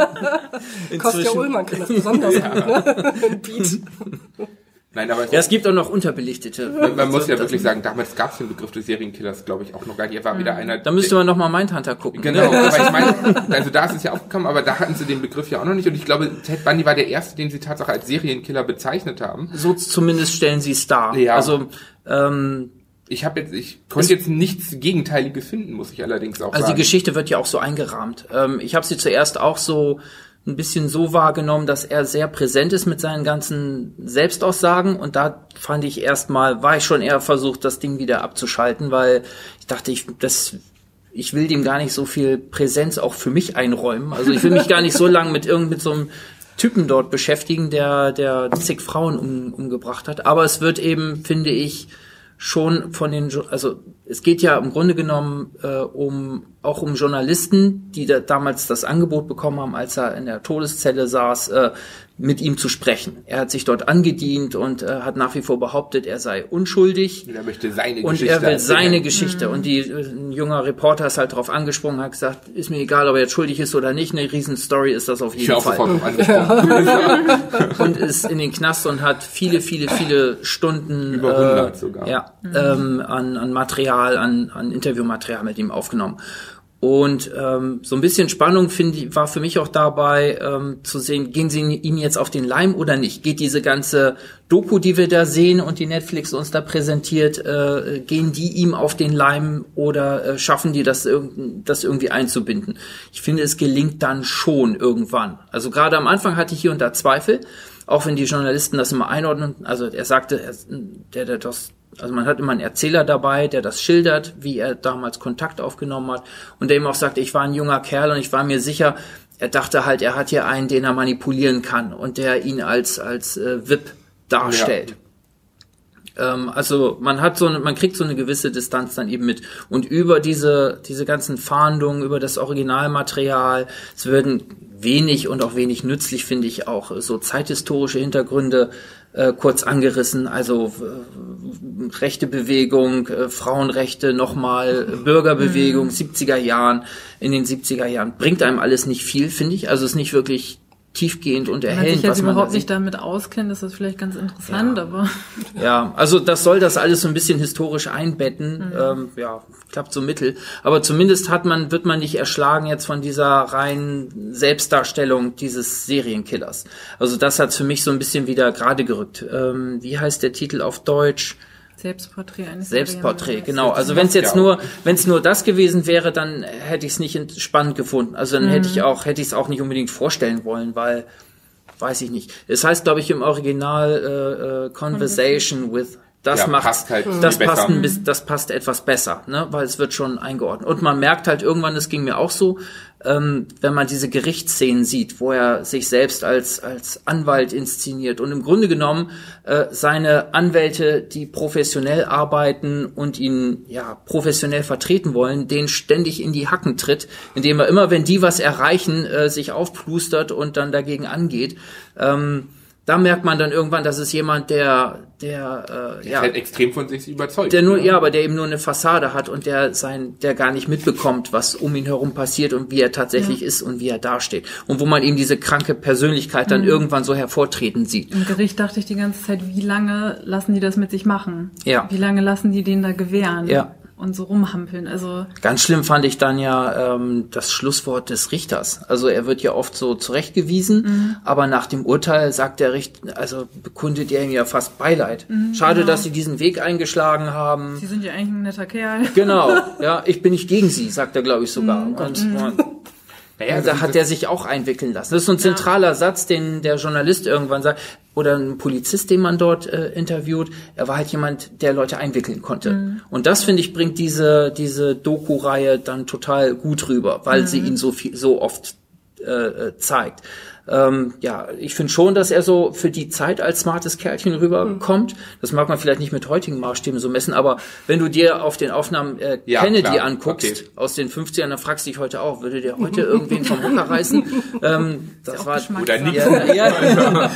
Kostja Ullmann kann das besonders gut, ne? Beat. Nein, aber ja, es gibt auch noch unterbelichtete. Man, man muss ja wirklich sagen, damals gab es den Begriff des Serienkillers, glaube ich, auch noch gar nicht. Er war wieder einer. Da müsste man noch mal Mindhunter gucken. Genau, aber ich meine, also da ist es ja aufgekommen, aber da hatten sie den Begriff ja auch noch nicht. Und ich glaube, Ted Bundy war der erste, den sie tatsächlich als Serienkiller bezeichnet haben. So zumindest stellen sie es dar. Ja. Also ähm, ich habe jetzt, ich konnte jetzt nichts Gegenteiliges finden, muss ich allerdings auch also sagen. Also die Geschichte wird ja auch so eingerahmt. Ähm, ich habe sie zuerst auch so ein bisschen so wahrgenommen, dass er sehr präsent ist mit seinen ganzen Selbstaussagen, und da fand ich erstmal, war ich schon eher versucht, das Ding wieder abzuschalten, weil ich dachte, ich, das, ich will dem gar nicht so viel Präsenz auch für mich einräumen. Also ich will mich gar nicht so lange mit irgend mit so einem Typen dort beschäftigen, der, der zig Frauen um, umgebracht hat. Aber es wird eben, finde ich, schon von den, also es geht ja im Grunde genommen äh, um auch um Journalisten, die da damals das Angebot bekommen haben, als er in der Todeszelle saß, äh, mit ihm zu sprechen. Er hat sich dort angedient und äh, hat nach wie vor behauptet, er sei unschuldig. Und er möchte seine und Geschichte. Und er will seine erzählen. Geschichte. Mhm. Und die, ein junger Reporter ist halt drauf angesprungen, hat gesagt, ist mir egal, ob er jetzt schuldig ist oder nicht, eine Riesenstory ist das auf jeden ich Fall. Sofort angesprochen. Und ist in den Knast und hat viele, viele, viele Stunden über hundert äh, sogar. Ja, mhm. ähm, an, an Material, an, an Interviewmaterial mit ihm aufgenommen. Und ähm, so ein bisschen Spannung finde ich, war für mich auch dabei, ähm, zu sehen, gehen sie ihm jetzt auf den Leim oder nicht? Geht diese ganze Doku, die wir da sehen und die Netflix uns da präsentiert, äh, gehen die ihm auf den Leim oder äh, schaffen die das, irg- das irgendwie einzubinden? Ich finde, es gelingt dann schon irgendwann. Also gerade am Anfang hatte ich hier und da Zweifel, auch wenn die Journalisten das immer einordnen. Also er sagte, er, der, der das Also man hat immer einen Erzähler dabei, der das schildert, wie er damals Kontakt aufgenommen hat, und der ihm auch sagt, ich war ein junger Kerl und ich war mir sicher, er dachte halt, er hat hier einen, den er manipulieren kann und der ihn als als äh, V I P darstellt. Ja. Ähm, also man hat so eine, man kriegt so eine gewisse Distanz dann eben mit, und über diese diese ganzen Fahndungen, über das Originalmaterial, es werden wenig und auch wenig nützlich, finde ich, auch so zeithistorische Hintergründe äh, kurz angerissen, also äh, rechte Bewegung, äh, Frauenrechte, nochmal Bürgerbewegung, mhm. siebziger Jahren, in den siebziger Jahren, bringt einem alles nicht viel, finde ich, also es ist nicht wirklich tiefgehend und erhellend. Wenn man sich jetzt was man überhaupt da nicht damit auskennt, ist das vielleicht ganz interessant, ja. aber... Ja, also das soll das alles so ein bisschen historisch einbetten, mhm. ähm, ja, klappt so mittel, aber zumindest hat man, wird man nicht erschlagen jetzt von dieser reinen Selbstdarstellung dieses Serienkillers. Also das hat's für mich so ein bisschen wieder gerade gerückt. Ähm, wie heißt der Titel auf Deutsch? Selbstporträt eines Selbstporträt, genau. Also wenn es jetzt nur, wenn es nur das gewesen wäre, dann hätte ich es nicht spannend gefunden. Also dann mhm. hätte ich auch, hätte ich es auch nicht unbedingt vorstellen wollen, weil, weiß ich nicht. Es heißt, glaube ich, im Original äh, äh, Conversation with. Das ja, macht, passt halt das passt, ein besser. bisschen, das passt etwas besser, ne, weil es wird schon eingeordnet. Und man merkt halt irgendwann, das ging mir auch so, ähm, wenn man diese Gerichtsszenen sieht, wo er sich selbst als als Anwalt inszeniert und im Grunde genommen äh, seine Anwälte, die professionell arbeiten und ihn ja professionell vertreten wollen, denen ständig in die Hacken tritt, indem er immer, wenn die was erreichen, äh, sich aufplustert und dann dagegen angeht. Ähm, Da merkt man dann irgendwann, dass es jemand, der, der, äh, der ja, ist halt extrem von sich überzeugt. der nur, ne? ja, aber der eben nur eine Fassade hat und der sein, der gar nicht mitbekommt, was um ihn herum passiert und wie er tatsächlich ja. ist und wie er dasteht. Und wo man eben diese kranke Persönlichkeit dann mhm. irgendwann so hervortreten sieht. Im Gericht dachte ich die ganze Zeit, wie lange lassen die das mit sich machen? Ja. Wie lange lassen die den da gewähren? Ja. Und so rumhampeln, also. Ganz schlimm fand ich dann ja ähm, das Schlusswort des Richters. Also er wird ja oft so zurechtgewiesen, mhm. aber nach dem Urteil sagt der Richter, also bekundet er ihm ja fast Beileid. Mhm, Schade, genau. dass sie diesen Weg eingeschlagen haben. Sie sind ja eigentlich ein netter Kerl. Genau, ja, ich bin nicht gegen sie, sagt er, glaube ich, sogar. Mhm. Und mhm. naja, da hat er sich auch einwickeln lassen. Das ist so ein zentraler ja. Satz, den der Journalist irgendwann sagt, oder ein Polizist, den man dort äh, interviewt. Er war halt jemand, der Leute einwickeln konnte. Mhm. Und das, finde ich, bringt diese diese Doku-Reihe dann total gut rüber, weil mhm. sie ihn so viel, so oft äh, zeigt. Ähm, ja, ich finde schon, dass er so für die Zeit als smartes Kerlchen rüberkommt. Mhm. Das mag man vielleicht nicht mit heutigen Maßstäben so messen, aber wenn du dir auf den Aufnahmen äh, ja, Kennedy klar. anguckst, okay. aus den fünfzigern, dann fragst du dich heute auch, würde der heute irgendwen vom Hocker reißen? Ähm, das war oder nicht. Ja, ja.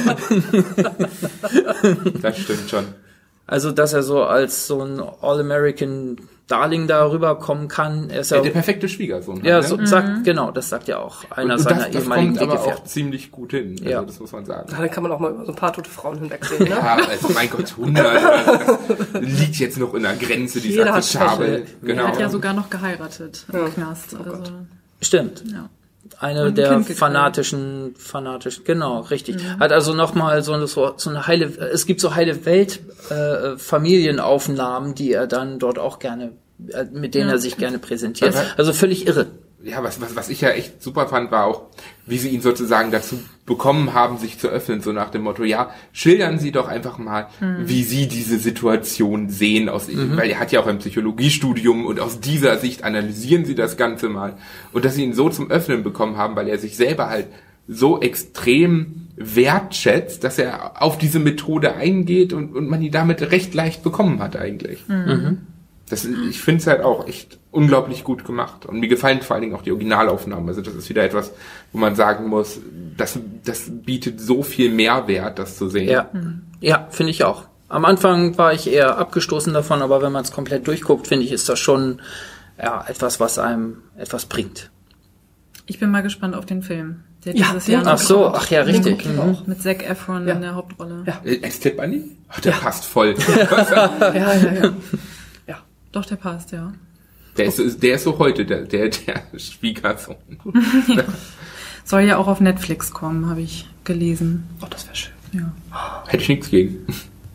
Das stimmt schon. Also, dass er so als so ein All-American Darling da rüberkommen kann. Er ist ja, ja der perfekte Schwiegersohn. Ja, halt, so, ne? sagt, genau, das sagt ja auch einer und, und seiner das, das ehemaligen kommt aber Weggefährten. auch ziemlich gut hin, also ja. das muss man sagen. Ja, dann kann man auch mal über so ein paar tote Frauen hinwegsehen, ne? Ja, also mein Gott, hundert, das liegt jetzt noch in der Grenze, die Jeder hat Schabel. Genau. Er hat ja sogar noch geheiratet im ja. Knast. Oh also. Stimmt. Ja. Eine ein der fanatischen, fanatischen, genau, richtig. Mhm. Hat also nochmal so eine, so eine heile, es gibt so heile Welt, äh, Familienaufnahmen, die er dann dort auch gerne, äh, mit denen ja. er sich gerne präsentiert. Also völlig irre. Ja, was, was, was ich ja echt super fand, war auch, wie sie ihn sozusagen dazu bekommen haben, sich zu öffnen, so nach dem Motto, ja, schildern Sie doch einfach mal, mhm. wie Sie diese Situation sehen, aus, mhm. weil er hat ja auch ein Psychologiestudium und aus dieser Sicht analysieren Sie das Ganze mal. Und dass sie ihn so zum Öffnen bekommen haben, weil er sich selber halt so extrem wertschätzt, dass er auf diese Methode eingeht und, und man die damit recht leicht bekommen hat eigentlich. Mhm. Das, ich finde es halt auch echt unglaublich gut gemacht. Und mir gefallen vor allen Dingen auch die Originalaufnahmen. Also das ist wieder etwas, wo man sagen muss, das, das bietet so viel Mehrwert, das zu sehen. Ja, ja, finde ich auch. Am Anfang war ich eher abgestoßen davon, aber wenn man es komplett durchguckt, finde ich, ist das schon ja, etwas, was einem etwas bringt. Ich bin mal gespannt auf den Film. Der ja, dieses Jahr ach so, ach ja, richtig. Mhm. Mit Zac Efron ja. in der Hauptrolle. Ja. Als Tipp, Andi? Ach, der ja. passt voll. ja, ja, ja. Doch, der passt, ja. Der ist, der ist so heute, der, der, der Schwiegersohn. ja. Soll ja auch auf Netflix kommen, habe ich gelesen. Oh, das wäre schön. Ja. Hätte ich nichts gegen.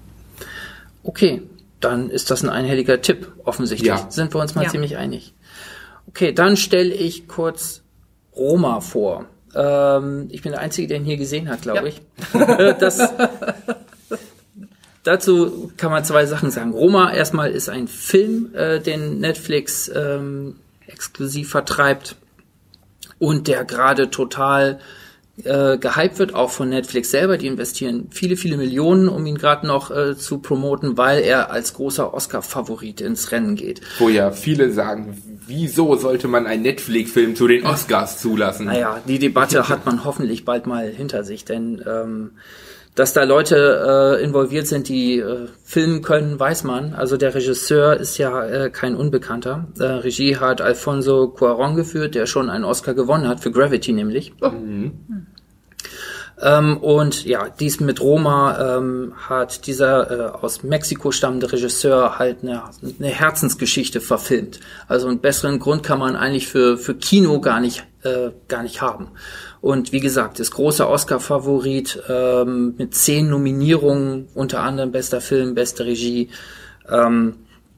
Okay, dann ist das ein einhelliger Tipp, offensichtlich. Ja. Sind wir uns mal ja. ziemlich einig. Okay, dann stelle ich kurz Roma vor. Ähm, ich bin der Einzige, der ihn hier gesehen hat, glaube ja. ich. das... Dazu kann man zwei Sachen sagen. Roma erstmal ist ein Film, äh, den Netflix ähm, exklusiv vertreibt und der gerade total äh, gehypt wird, auch von Netflix selber. Die investieren viele, viele Millionen, um ihn gerade noch äh, zu promoten, weil er als großer Oscar-Favorit ins Rennen geht. Wo ja viele sagen, wieso sollte man einen Netflix-Film zu den Oscars zulassen? Naja, die Debatte hat man hoffentlich bald mal hinter sich, denn ähm, dass da Leute äh, involviert sind, die äh, filmen können, weiß man. Also der Regisseur ist ja äh, kein Unbekannter. Äh, Regie hat Alfonso Cuarón geführt, der schon einen Oscar gewonnen hat, für Gravity nämlich. Oh. Mhm. Ähm, und ja, dies mit Roma ähm, hat dieser äh, aus Mexiko stammende Regisseur halt eine, eine Herzensgeschichte verfilmt. Also einen besseren Grund kann man eigentlich für für Kino gar nicht äh, gar nicht haben. Und wie gesagt, ist großer Oscar-Favorit ähm, mit zehn Nominierungen, unter anderem bester Film, beste Regie. Ähm,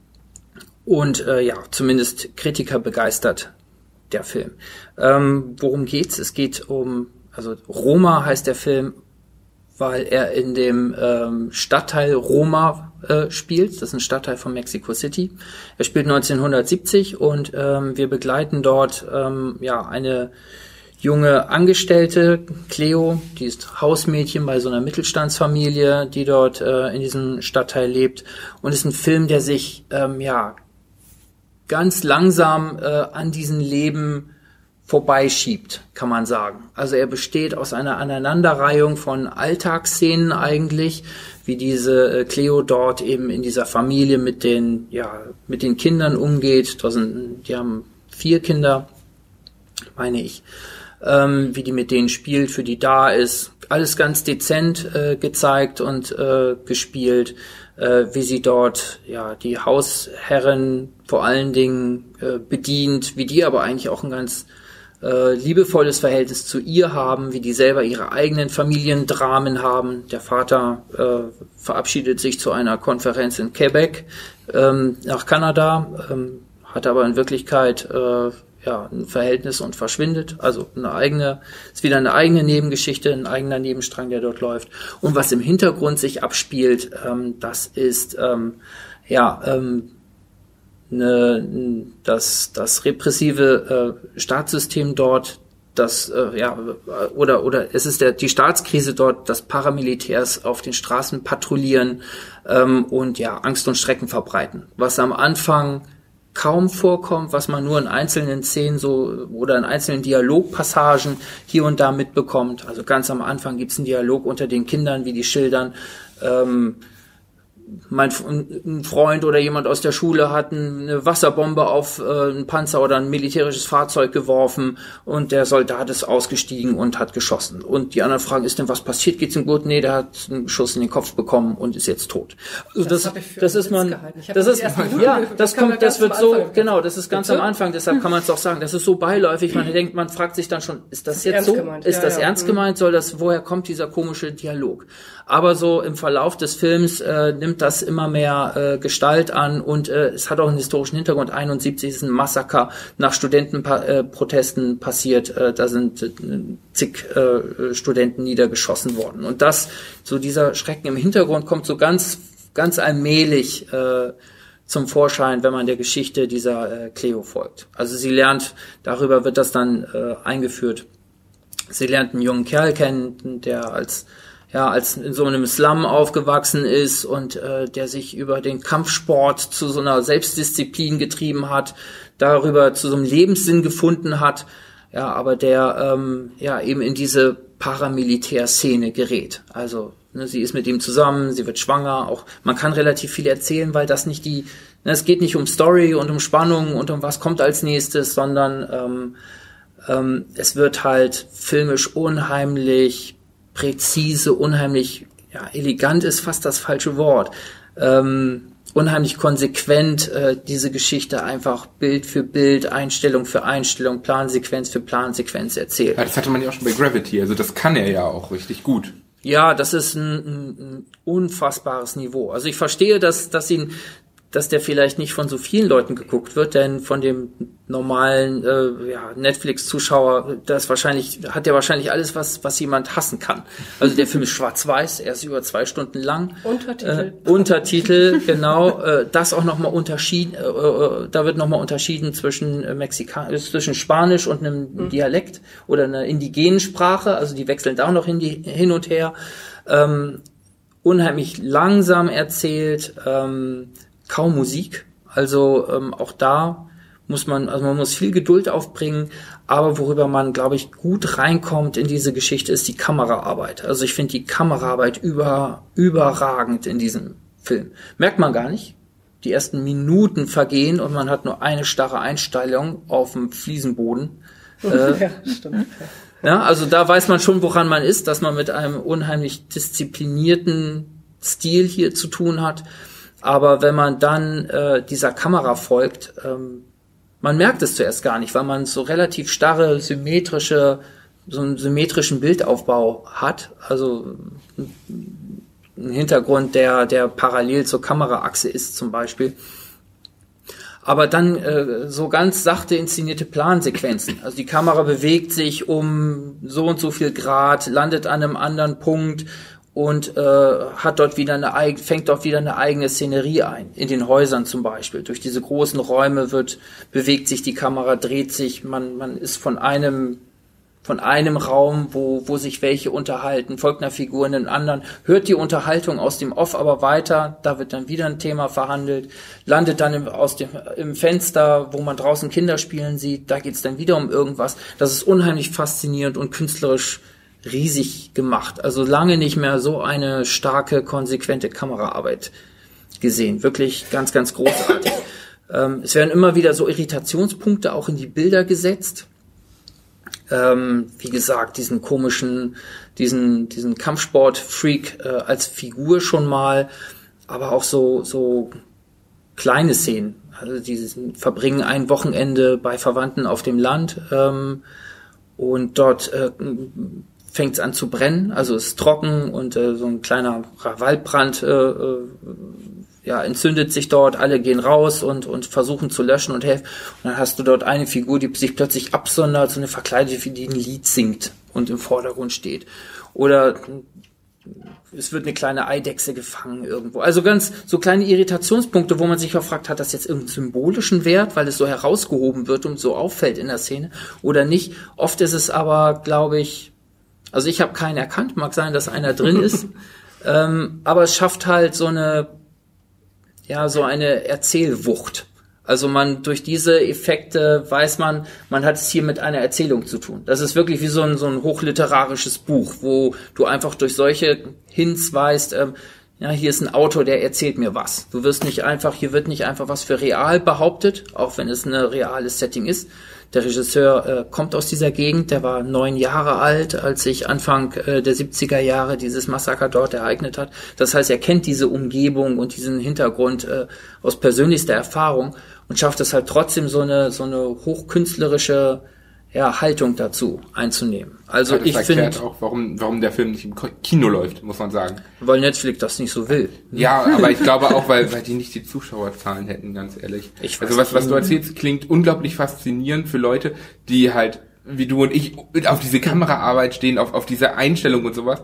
und äh, ja, zumindest Kritiker begeistert der Film. Ähm, worum geht's? Es geht um, also Roma heißt der Film, weil er in dem ähm, Stadtteil Roma äh, spielt. Das ist ein Stadtteil von Mexico City. Er spielt neunzehnhundertsiebzig und ähm, wir begleiten dort ähm, ja eine junge Angestellte, Cleo, die ist Hausmädchen bei so einer Mittelstandsfamilie, die dort äh, in diesem Stadtteil lebt. Und es ist ein Film, der sich ähm, ja ganz langsam äh, an diesen Leben vorbeischiebt, kann man sagen. Also er besteht aus einer Aneinanderreihung von Alltagsszenen eigentlich, wie diese äh, Cleo dort eben in dieser Familie mit den ja mit den Kindern umgeht. Da sind, die haben vier Kinder, meine ich. Ähm, wie die mit denen spielt, für die da ist. Alles ganz dezent äh, gezeigt und äh, gespielt, äh, wie sie dort ja die Hausherren vor allen Dingen äh, bedient, wie die aber eigentlich auch ein ganz äh, liebevolles Verhältnis zu ihr haben, wie die selber ihre eigenen Familiendramen haben. Der Vater äh, verabschiedet sich zu einer Konferenz in Quebec ähm, nach Kanada, ähm, hat aber in Wirklichkeit äh, ja, ein Verhältnis und verschwindet, also eine eigene, ist wieder eine eigene Nebengeschichte, ein eigener Nebenstrang, der dort läuft. Und was im Hintergrund sich abspielt, ähm, das ist, ähm, ja, ähm, eine, das, das repressive äh, Staatssystem dort, das, äh, ja, oder, oder es ist der, die Staatskrise dort, dass Paramilitärs auf den Straßen patrouillieren, ähm, und ja, Angst und Schrecken verbreiten. Was am Anfang kaum vorkommt, was man nur in einzelnen Szenen so oder in einzelnen Dialogpassagen hier und da mitbekommt. Also ganz am Anfang gibt es einen Dialog unter den Kindern, wie die schildern, ähm, mein ein Freund oder jemand aus der Schule hat eine Wasserbombe auf äh, einen Panzer oder ein militärisches Fahrzeug geworfen und der Soldat ist ausgestiegen und hat geschossen. Und die anderen fragen, ist denn was passiert? Geht's ihm gut? Nee, der hat einen Schuss in den Kopf bekommen und ist jetzt tot. Also das, das, das ist man, das ist, ja, das kommt, das wird so, genau, das ist ganz am Anfang, deshalb kann man es auch sagen, das ist so beiläufig, man denkt, man fragt sich dann schon, ist das jetzt so? Ist das ernst gemeint? Soll das, woher kommt dieser komische Dialog? Aber so im Verlauf des Films äh, nimmt das immer mehr äh, Gestalt an und äh, es hat auch einen historischen Hintergrund. einundsiebzig ist ein Massaker nach Studentenprotesten äh, passiert. Äh, da sind äh, zig äh, Studenten niedergeschossen worden. Und das, so dieser Schrecken im Hintergrund kommt so ganz, ganz allmählich äh, zum Vorschein, wenn man der Geschichte dieser äh, Cleo folgt. Also sie lernt, darüber wird das dann äh, eingeführt. Sie lernt einen jungen Kerl kennen, der als ja, als in so einem Slum aufgewachsen ist und äh, der sich über den Kampfsport zu so einer Selbstdisziplin getrieben hat, darüber zu so einem Lebenssinn gefunden hat, ja, aber der ähm, ja eben in diese Paramilitärszene gerät. Also ne, sie ist mit ihm zusammen, sie wird schwanger, auch man kann relativ viel erzählen, weil das nicht die, ne, es geht nicht um Story und um Spannung und um was kommt als nächstes, sondern ähm, ähm, es wird halt filmisch unheimlich präzise, unheimlich, ja, elegant ist fast das falsche Wort, ähm, unheimlich konsequent äh, diese Geschichte einfach Bild für Bild, Einstellung für Einstellung, Plansequenz für Plansequenz erzählt. Ja, das hatte man ja auch schon bei Gravity, also das kann er ja auch richtig gut. Ja, das ist ein, ein, ein unfassbares Niveau. Also ich verstehe, dass, dass ihn, dass der vielleicht nicht von so vielen Leuten geguckt wird, denn von dem normalen äh, ja, Netflix-Zuschauer, das wahrscheinlich hat der wahrscheinlich alles, was was jemand hassen kann. Also der Film ist schwarz-weiß, er ist über zwei Stunden lang. Untertitel. Äh, Untertitel, genau. Äh, das auch nochmal unterschieden. Äh, äh, da wird nochmal unterschieden zwischen äh, Mexika äh, zwischen Spanisch und einem mhm. Dialekt oder einer indigenen Sprache. Also die wechseln da auch noch hin, die, hin und her. Ähm, unheimlich langsam erzählt. Ähm, kaum Musik, also ähm, auch da muss man, also man muss viel Geduld aufbringen, aber worüber man, glaube ich, gut reinkommt in diese Geschichte, ist die Kameraarbeit. Also ich finde die Kameraarbeit über, überragend in diesem Film. Merkt man gar nicht. Die ersten Minuten vergehen und man hat nur eine starre Einstellung auf dem Fliesenboden. Äh, ja, stimmt. Ja, also da weiß man schon, woran man ist, dass man mit einem unheimlich disziplinierten Stil hier zu tun hat. Aber wenn man dann äh, dieser Kamera folgt, ähm, man merkt es zuerst gar nicht, weil man so relativ starre, symmetrische, so einen symmetrischen Bildaufbau hat. Also ein Hintergrund, der, der parallel zur Kameraachse ist zum Beispiel. Aber dann äh, so ganz sachte inszenierte Plansequenzen. Also die Kamera bewegt sich um so und so viel Grad, landet an einem anderen Punkt und äh, hat dort wieder eine eig- fängt dort wieder eine eigene Szenerie ein. In den Häusern zum Beispiel. Durch diese großen Räume wird bewegt sich die Kamera, dreht sich. Man man ist von einem von einem Raum, wo wo sich welche unterhalten, folgt einer Figur in den anderen, hört die Unterhaltung aus dem Off aber weiter, da wird dann wieder ein Thema verhandelt, landet dann im, aus dem, im Fenster, wo man draußen Kinder spielen sieht, da geht's dann wieder um irgendwas. Das ist unheimlich faszinierend und künstlerisch riesig gemacht. Also lange nicht mehr so eine starke, konsequente Kameraarbeit gesehen. Wirklich ganz, ganz großartig. ähm, es werden immer wieder so Irritationspunkte auch in die Bilder gesetzt. Ähm, wie gesagt, diesen komischen, diesen, diesen Kampfsport-Freak äh, als Figur schon mal, aber auch so, so kleine Szenen. Also dieses verbringen ein Wochenende bei Verwandten auf dem Land ähm, und dort äh, fängt es an zu brennen, also es ist trocken und äh, so ein kleiner Waldbrand äh, äh, ja, entzündet sich dort, alle gehen raus und, und versuchen zu löschen und helfen. Und dann hast du dort eine Figur, die sich plötzlich absondert, so eine verkleidete, die ein Lied singt und im Vordergrund steht. Oder es wird eine kleine Eidechse gefangen irgendwo. Also ganz so kleine Irritationspunkte, wo man sich auch fragt, hat das jetzt irgendeinen symbolischen Wert, weil es so herausgehoben wird und so auffällt in der Szene oder nicht. Oft ist es aber, glaube ich, also ich habe keinen erkannt, mag sein, dass einer drin ist, ähm, aber es schafft halt so eine ja, so eine Erzählwucht. Also man, durch diese Effekte weiß man, man hat es hier mit einer Erzählung zu tun. Das ist wirklich wie so ein, so ein hochliterarisches Buch, wo du einfach durch solche Hints weißt, ähm, ja, hier ist ein Autor, der erzählt mir was. Du wirst nicht einfach, hier wird nicht einfach was für real behauptet, auch wenn es ein reales Setting ist. Der Regisseur äh, kommt aus dieser Gegend, der war neun Jahre alt, als sich Anfang äh, der siebziger Jahre dieses Massaker dort ereignet hat. Das heißt, er kennt diese Umgebung und diesen Hintergrund äh, aus persönlichster Erfahrung und schafft es halt trotzdem so eine so eine hochkünstlerische ja, Haltung dazu einzunehmen. Also ja, das ich erklärt finde auch, warum warum der Film nicht im Kino läuft, muss man sagen. Weil Netflix das nicht so will. Ja, aber ich glaube auch, weil weil die nicht die Zuschauerzahlen hätten, ganz ehrlich. Ich weiß also was was du erzählst, klingt unglaublich faszinierend für Leute, die halt wie du und ich auf diese Kameraarbeit stehen, auf auf diese Einstellung und sowas.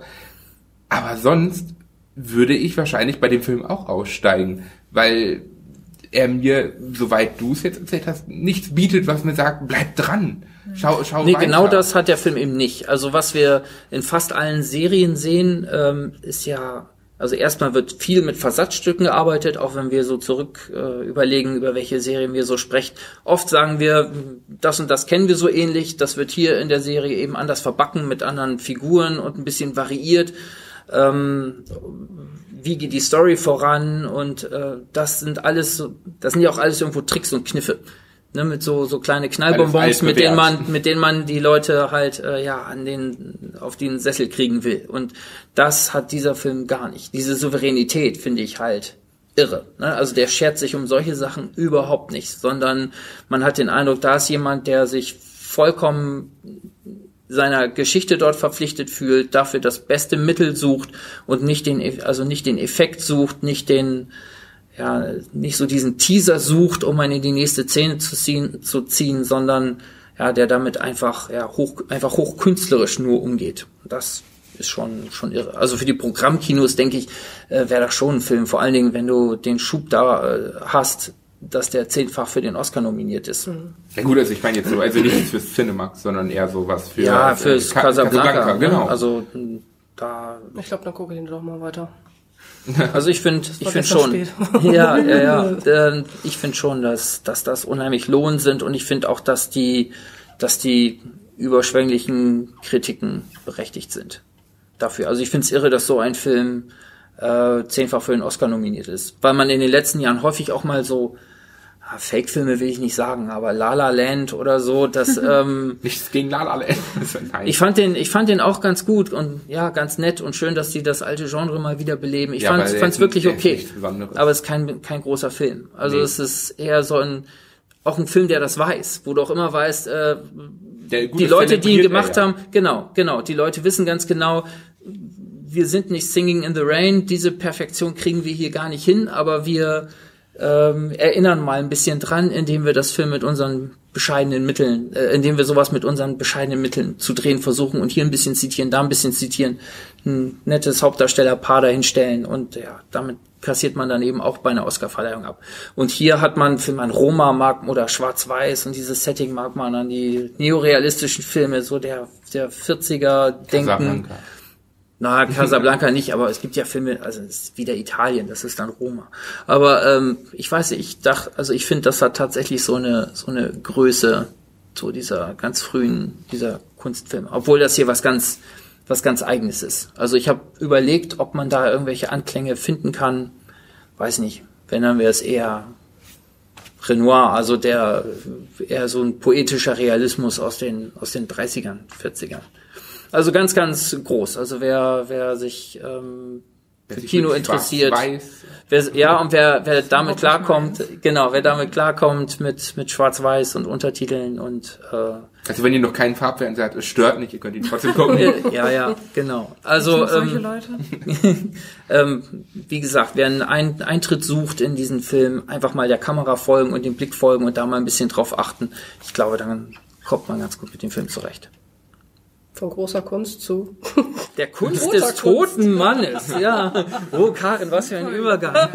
Aber sonst würde ich wahrscheinlich bei dem Film auch aussteigen, weil er mir, soweit du es jetzt erzählt hast, nichts bietet, was mir sagt, bleib dran. Schau, schau Nee, weiter. genau das hat der Film eben nicht. Also was wir in fast allen Serien sehen, ähm, ist ja, also erstmal wird viel mit Versatzstücken gearbeitet, auch wenn wir so zurück äh, überlegen, über welche Serien wir so sprechen. Oft sagen wir, das und das kennen wir so ähnlich, das wird hier in der Serie eben anders verbacken, mit anderen Figuren und ein bisschen variiert. Ähm, wie geht die Story voran und äh, das sind alles, so, das sind ja auch alles irgendwo Tricks und Kniffe. Ne, mit so so kleine Knallbonbons, mit denen man mit denen man die Leute halt äh, ja an den auf den Sessel kriegen will. Und das hat dieser Film gar nicht. Diese Souveränität finde ich halt irre. Ne? Also der schert sich um solche Sachen überhaupt nicht, sondern man hat den Eindruck, da ist jemand, der sich vollkommen seiner Geschichte dort verpflichtet fühlt, dafür das beste Mittel sucht und nicht den also nicht den Effekt sucht, nicht den ja, nicht so diesen Teaser sucht, um einen in die nächste Szene zu ziehen, zu ziehen, sondern ja, der damit einfach ja hoch einfach hochkünstlerisch nur umgeht. Das ist schon schon irre. Also für die Programmkinos denke ich, äh, wäre das schon ein Film. Vor allen Dingen, wenn du den Schub da äh, hast, dass der zehnfach für den Oscar nominiert ist. Ja gut, also ich meine jetzt so, also nicht fürs Cinemax, sondern eher so was für ja fürs äh, Casablanca, Casablanca, genau. Ne? Also da. Ich glaube, dann gucke ich den doch mal weiter. Also ich finde, ich war finde gestern schon, spät. ja, ja, ja, äh, ich finde schon, dass, dass das unheimlich lohnend sind und ich finde auch, dass die, dass die überschwänglichen Kritiken berechtigt sind dafür. Also ich finde es irre, dass so ein Film äh, zehnfach für den Oscar nominiert ist, weil man in den letzten Jahren häufig auch mal so ja, Fake-Filme will ich nicht sagen, aber La La Land oder so, das ähm, nichts gegen La La Land. ich fand den, ich fand den auch ganz gut und ja, ganz nett und schön, dass die das alte Genre mal wieder beleben. Ich ja, fand es wirklich okay, aber es ist kein kein großer Film. Also nee. Es ist eher so ein auch ein Film, der das weiß, wo du auch immer weißt, äh, die Leute, die ihn gemacht er, ja. haben, genau, genau, die Leute wissen ganz genau, wir sind nicht Singing in the Rain, diese Perfektion kriegen wir hier gar nicht hin, aber wir ähm, erinnern mal ein bisschen dran, indem wir das Film mit unseren bescheidenen Mitteln, äh, indem wir sowas mit unseren bescheidenen Mitteln zu drehen versuchen und hier ein bisschen zitieren, da ein bisschen zitieren, ein nettes Hauptdarstellerpaar dahinstellen und ja, damit kassiert man dann eben auch bei einer Oscarverleihung ab. Und hier hat man, wenn man Roma mag oder Schwarz-Weiß und dieses Setting mag man an die neorealistischen Filme, so der, der vierziger Denken. Casablanca. Na, Casablanca nicht, aber es gibt ja Filme, also es ist wieder Italien, das ist dann Roma. Aber ähm, ich weiß nicht, ich dachte, also ich finde, das hat tatsächlich so eine so eine Größe, so dieser ganz frühen, dieser Kunstfilm. Obwohl das hier was ganz was ganz Eigenes ist. Also ich habe überlegt, ob man da irgendwelche Anklänge finden kann. Weiß nicht, wenn, dann wäre es eher Renoir, also der eher so ein poetischer Realismus aus den aus den dreißigern, vierzigern. Also ganz, ganz groß. Also wer wer sich ähm, für Kino interessiert, wer, ja, und wer wer damit klarkommt, genau, wer damit klarkommt mit mit Schwarz-Weiß und Untertiteln und äh, also wenn ihr noch keinen Farbfernseher habt, es stört nicht, ihr könnt ihn trotzdem gucken. ja, ja, genau. Also solche ähm, Leute? ähm, wie gesagt, wer einen Ein- Eintritt sucht in diesen Film, einfach mal der Kamera folgen und dem Blick folgen und da mal ein bisschen drauf achten. Ich glaube, dann kommt man ganz gut mit dem Film zurecht. Von großer Kunst zu Der Kunst Roter des toten Mannes, ja. Oh, Karin, was für ein Übergang.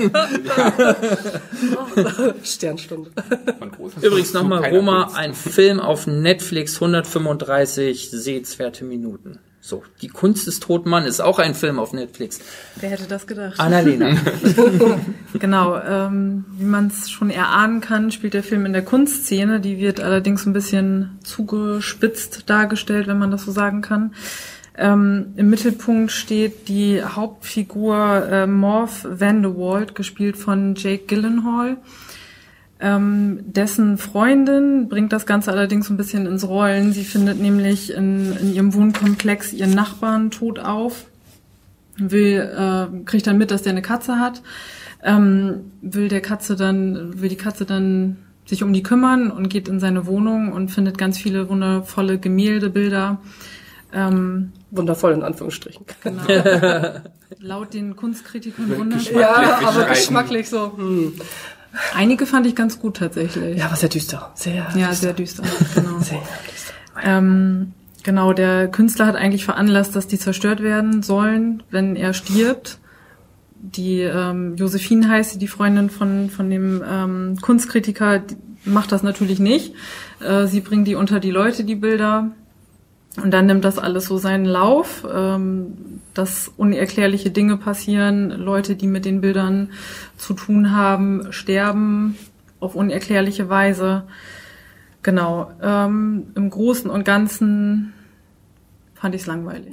Sternstunde. Von großer Übrigens Kunst zu nochmal keiner Roma, Kunst. ein Film auf Netflix, hundertfünfunddreißig sehenswerte Minuten. So, die Kunst des toten Mannes, auch ein Film auf Netflix. Wer hätte das gedacht? Annalena. Genau, ähm, wie man es schon erahnen kann, spielt der Film in der Kunstszene. Die wird allerdings ein bisschen zugespitzt dargestellt, wenn man das so sagen kann. Ähm, im Mittelpunkt steht die Hauptfigur äh, Morph Vanderwalt, gespielt von Jake Gyllenhaal. Ähm, dessen Freundin bringt das Ganze allerdings ein bisschen ins Rollen. Sie findet nämlich in, in ihrem Wohnkomplex ihren Nachbarn tot auf, will, äh, kriegt dann mit, dass der eine Katze hat, ähm, will der Katze dann, will die Katze dann sich um die kümmern und geht in seine Wohnung und findet ganz viele wundervolle Gemäldebilder. Ähm, Wundervoll in Anführungsstrichen. genau. Laut den Kunstkritikern wundervoll. Ja, aber streiten. geschmacklich so. Hm. Einige fand ich ganz gut tatsächlich. Ja, aber sehr düster. Sehr Ja, düster. sehr düster. Genau. Sehr düster. Ähm, genau, der Künstler hat eigentlich veranlasst, dass die zerstört werden sollen, wenn er stirbt. Die ähm, Josephine heißt sie, die Freundin von von dem ähm, Kunstkritiker, die macht das natürlich nicht. Äh, sie bringt die unter die Leute, die Bilder. Und dann nimmt das alles so seinen Lauf, ähm, dass unerklärliche Dinge passieren, Leute, die mit den Bildern zu tun haben, sterben auf unerklärliche Weise. Genau. Ähm, im Großen und Ganzen fand ich es langweilig.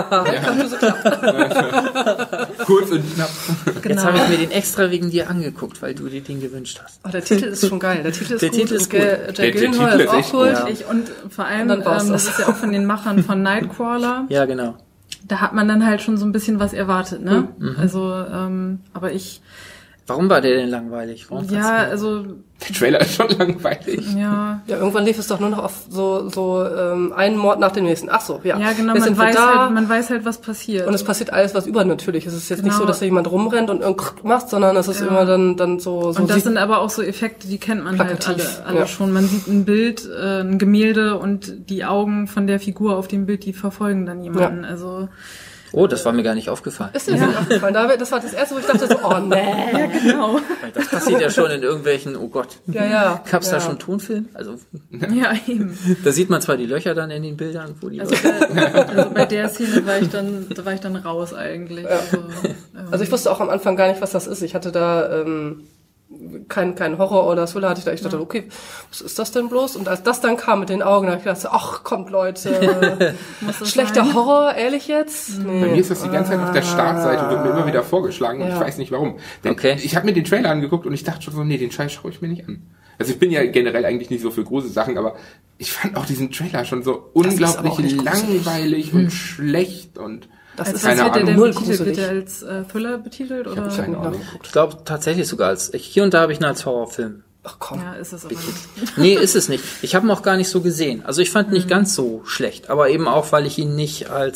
Kurz und knapp. Genau. Jetzt habe ich mir den extra wegen dir angeguckt, weil du dir den gewünscht hast. Oh, der Titel ist schon geil. Der Titel ist Der gut. Titel ist und Ge- gut. Jack Der- der Gyllenhaal Titel ist ist auch echt gut. gut. Ich, und vor allem, Und dann war's ähm, das das. ist ja auch von den Machern von Nightcrawler. Ja, genau. Da hat man dann halt schon so ein bisschen was erwartet, ne? Also, ähm, aber ich, Warum war der denn langweilig? Warum ja, fandst also, Der Trailer ist schon langweilig. ja. Ja, irgendwann lief es doch nur noch auf so so ähm, einen Mord nach dem nächsten. Ach so, ja. Ja, genau, Jetzt man sind wir weiß, da. halt, man weiß halt, was passiert. Und es passiert alles, was übernatürlich ist. Es ist jetzt nicht Genau. so, dass da jemand rumrennt und irgendwas macht, sondern es ist Ja. immer dann dann so so Und das sieht- sind aber auch so Effekte, die kennt man halt alle, Plakativ, alle ja. schon. Man sieht ein Bild, äh, ein Gemälde und die Augen von der Figur auf dem Bild, die verfolgen dann jemanden. Also Oh, das war mir gar nicht aufgefallen. ist dir das nicht aufgefallen? Da- Das war das erste, wo ich dachte so, oh nee. ja, genau. Das passiert ja schon in irgendwelchen, oh Gott. Ja, ja. Gab's ja. da schon Tonfilm? Also, Ja, eben. da sieht man zwar die Löcher dann in den Bildern, wo die Also, äh, also bei der Szene war ich dann, da war ich dann raus eigentlich. Also, ähm, Also ich wusste auch am Anfang gar nicht, was das ist. Ich hatte da ähm, kein kein Horror oder Thriller hatte ich da. Ich dachte, okay, was ist das denn bloß? Und als das dann kam mit den Augen, da hab ich gedacht, ach kommt Leute, muss das schlechter sein? Horror, ehrlich jetzt? Nee. Bei mir ist das die ganze Zeit auf der Startseite, wird mir immer wieder vorgeschlagen und Ja. ich weiß nicht warum. Denn Okay. ich habe mir den Trailer angeguckt und ich dachte schon so, nee, den Scheiß schaue ich mir nicht an. Also ich bin ja generell eigentlich nicht so für große Sachen, aber ich fand auch diesen Trailer schon so ist aber auch unglaublich nicht gruselig. langweilig und schlecht und Das Als ist was keine wird der Ahnung. denn Null betitelt? Wird gruselig. der als äh, Thriller betitelt? Oder? ich keine Ahnung. Ich glaube tatsächlich sogar als, hier und da habe ich ihn als Horrorfilm. Ach komm. Ja, ist es aber nicht. Nee, ist es nicht. Ich habe ihn auch gar nicht so gesehen. Also ich fand ihn nicht ganz so schlecht, aber eben auch, weil ich ihn nicht als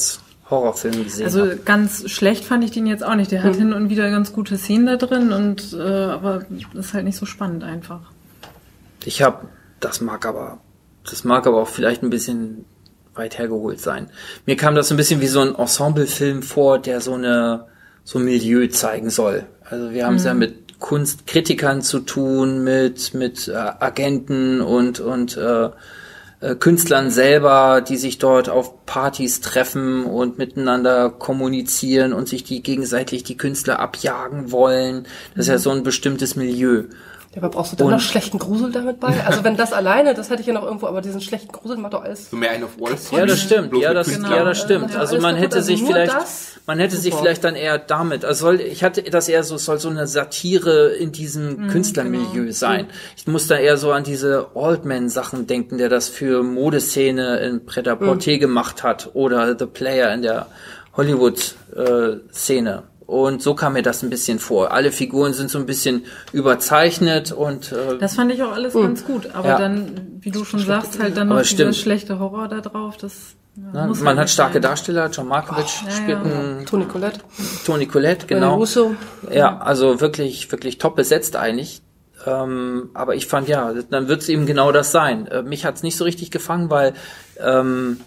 Horrorfilmen gesehen Also habe. ganz schlecht fand ich den jetzt auch nicht. Der hat hin und wieder ganz gute Szenen da drin, und äh, aber ist halt nicht so spannend einfach. Ich habe, das mag aber, das mag aber auch vielleicht ein bisschen weit hergeholt sein. Mir kam das so ein bisschen wie so ein Ensemblefilm vor, der so eine so ein Milieu zeigen soll. Also wir haben es mhm. ja mit Kunstkritikern zu tun, mit mit äh, Agenten und und äh, äh, Künstlern selber, die sich dort auf Partys treffen und miteinander kommunizieren und sich die gegenseitig die Künstler abjagen wollen. Das ist ja so ein bestimmtes Milieu. Ja, aber brauchst du dann noch schlechten Grusel damit bei? Also wenn das alleine, das hätte ich ja noch irgendwo, aber diesen schlechten Grusel macht doch alles. So mehr ein auf Wall Street. Ja, das stimmt. Ja, das, genau. ja, das stimmt. Ja, also man hätte also sich vielleicht, das? man hätte Super. sich vielleicht dann eher damit, also soll, ich hatte das eher so, es soll so eine Satire in diesem Mhm, Künstlermilieu genau. sein. Ich muss da eher so an diese Altman-Sachen denken, der das für Modeszene in Pret-à-Porter mhm. gemacht hat, oder The Player in der Hollywood-Szene. Und so kam mir das ein bisschen vor. Alle Figuren sind so ein bisschen überzeichnet und äh, Das fand ich auch alles Mhm. ganz gut. Aber Ja. dann, wie du schon sagst, halt dann noch Aber dieser stimmt. schlechte Horror da drauf. Das ja, ne, muss man halt hat nicht starke sein. Darsteller. John Malkovich ja, spielt ja. einen Toni Collette. Toni Collette, Rene genau. Russo. Ja, also wirklich, wirklich top besetzt eigentlich. Ähm, aber ich fand, ja, dann wird es eben genau das sein. Äh, mich hat's nicht so richtig gefangen, weil ähm,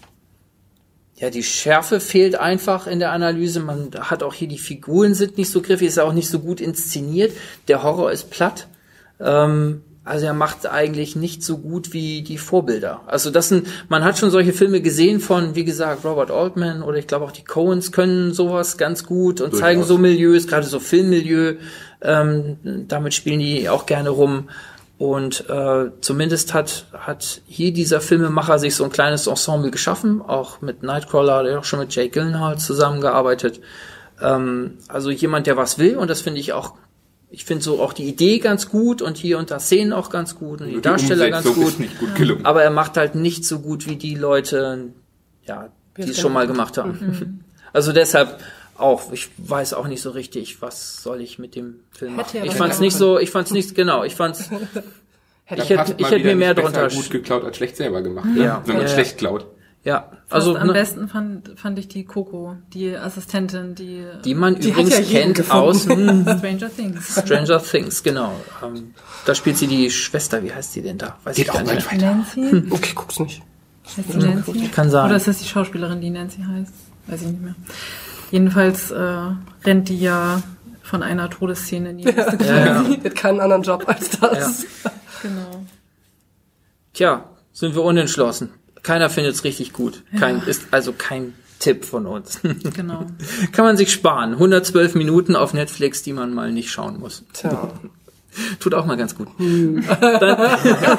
ja, die Schärfe fehlt einfach in der Analyse. Man hat auch hier, die Figuren sind nicht so griffig, ist auch nicht so gut inszeniert. Der Horror ist platt. Ähm, also er macht eigentlich nicht so gut wie die Vorbilder. Also das sind, man hat schon solche Filme gesehen von, wie gesagt, Robert Altman, oder ich glaube auch die Coens können sowas ganz gut und Durchaus. zeigen so Milieus, gerade so Filmmilieu. Ähm, damit spielen die auch gerne rum. Und äh, zumindest hat hat hier dieser Filmemacher sich so ein kleines Ensemble geschaffen, auch mit Nightcrawler, der hat auch schon mit Jake Gyllenhaal zusammengearbeitet. Ähm, also jemand, der was will, und das finde ich auch, ich finde so auch die Idee ganz gut und hier und da Szenen auch ganz gut und die, Die Darsteller ganz Umsetzung gut. ist nicht gut gelungen. Aber er macht halt nicht so gut wie die Leute, ja, die es schon mal gemacht haben. Mhm. Also deshalb auch, ich weiß auch nicht so richtig, was soll ich mit dem Film machen. Hätte ja Ich aber fand's gerne nicht so, ich fand's nicht, genau, ich fand's, Dann ich hätte, passt ich mal hätte wieder mir mehr nicht besser drunter, gut geklaut als schlecht selber gemacht, Ja. ne? wenn man Ja, ja. schlecht klaut. ja, Also also, am ne, besten fand, fand ich die Coco, die Assistentin, die, die man Die übrigens hat ja jeden kennt gefunden. aus hm, Stranger Things. Stranger Things, genau. Ähm, da spielt sie die Schwester, wie heißt die denn da? Weiß Geht ich auch gar nicht bald mehr. weiter. Nancy? Okay, guck's nicht. Heißt die Nancy? Kann sein. Oder ist das die Schauspielerin, die Nancy heißt? Weiß ich nicht mehr. Jedenfalls äh, rennt die ja von einer Todesszene in die nächste. Ja, ja. Die hat keinen anderen Job als das. Genau. Tja, sind wir unentschlossen. Keiner findet's richtig gut. Kein, ist also kein Tipp von uns. Genau. Kann man sich sparen. hundertzwölf Minuten auf Netflix, die man mal nicht schauen muss. Tja. Tut auch mal ganz gut. Dann,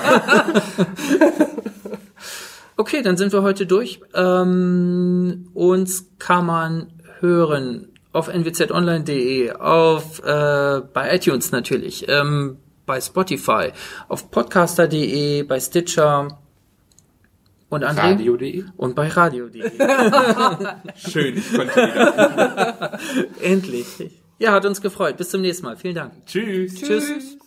okay, dann sind wir heute durch. Ähm, uns kann man hören auf n w z online punkt d e, auf äh, bei iTunes natürlich, ähm, bei Spotify, auf podcaster punkt d e, bei Stitcher und André? Radio punkt de. Und bei radio punkt d e. Schön, ich konnte wieder. Endlich. Ja, hat uns gefreut. Bis zum nächsten Mal. Vielen Dank. Tschüss. Tschüss.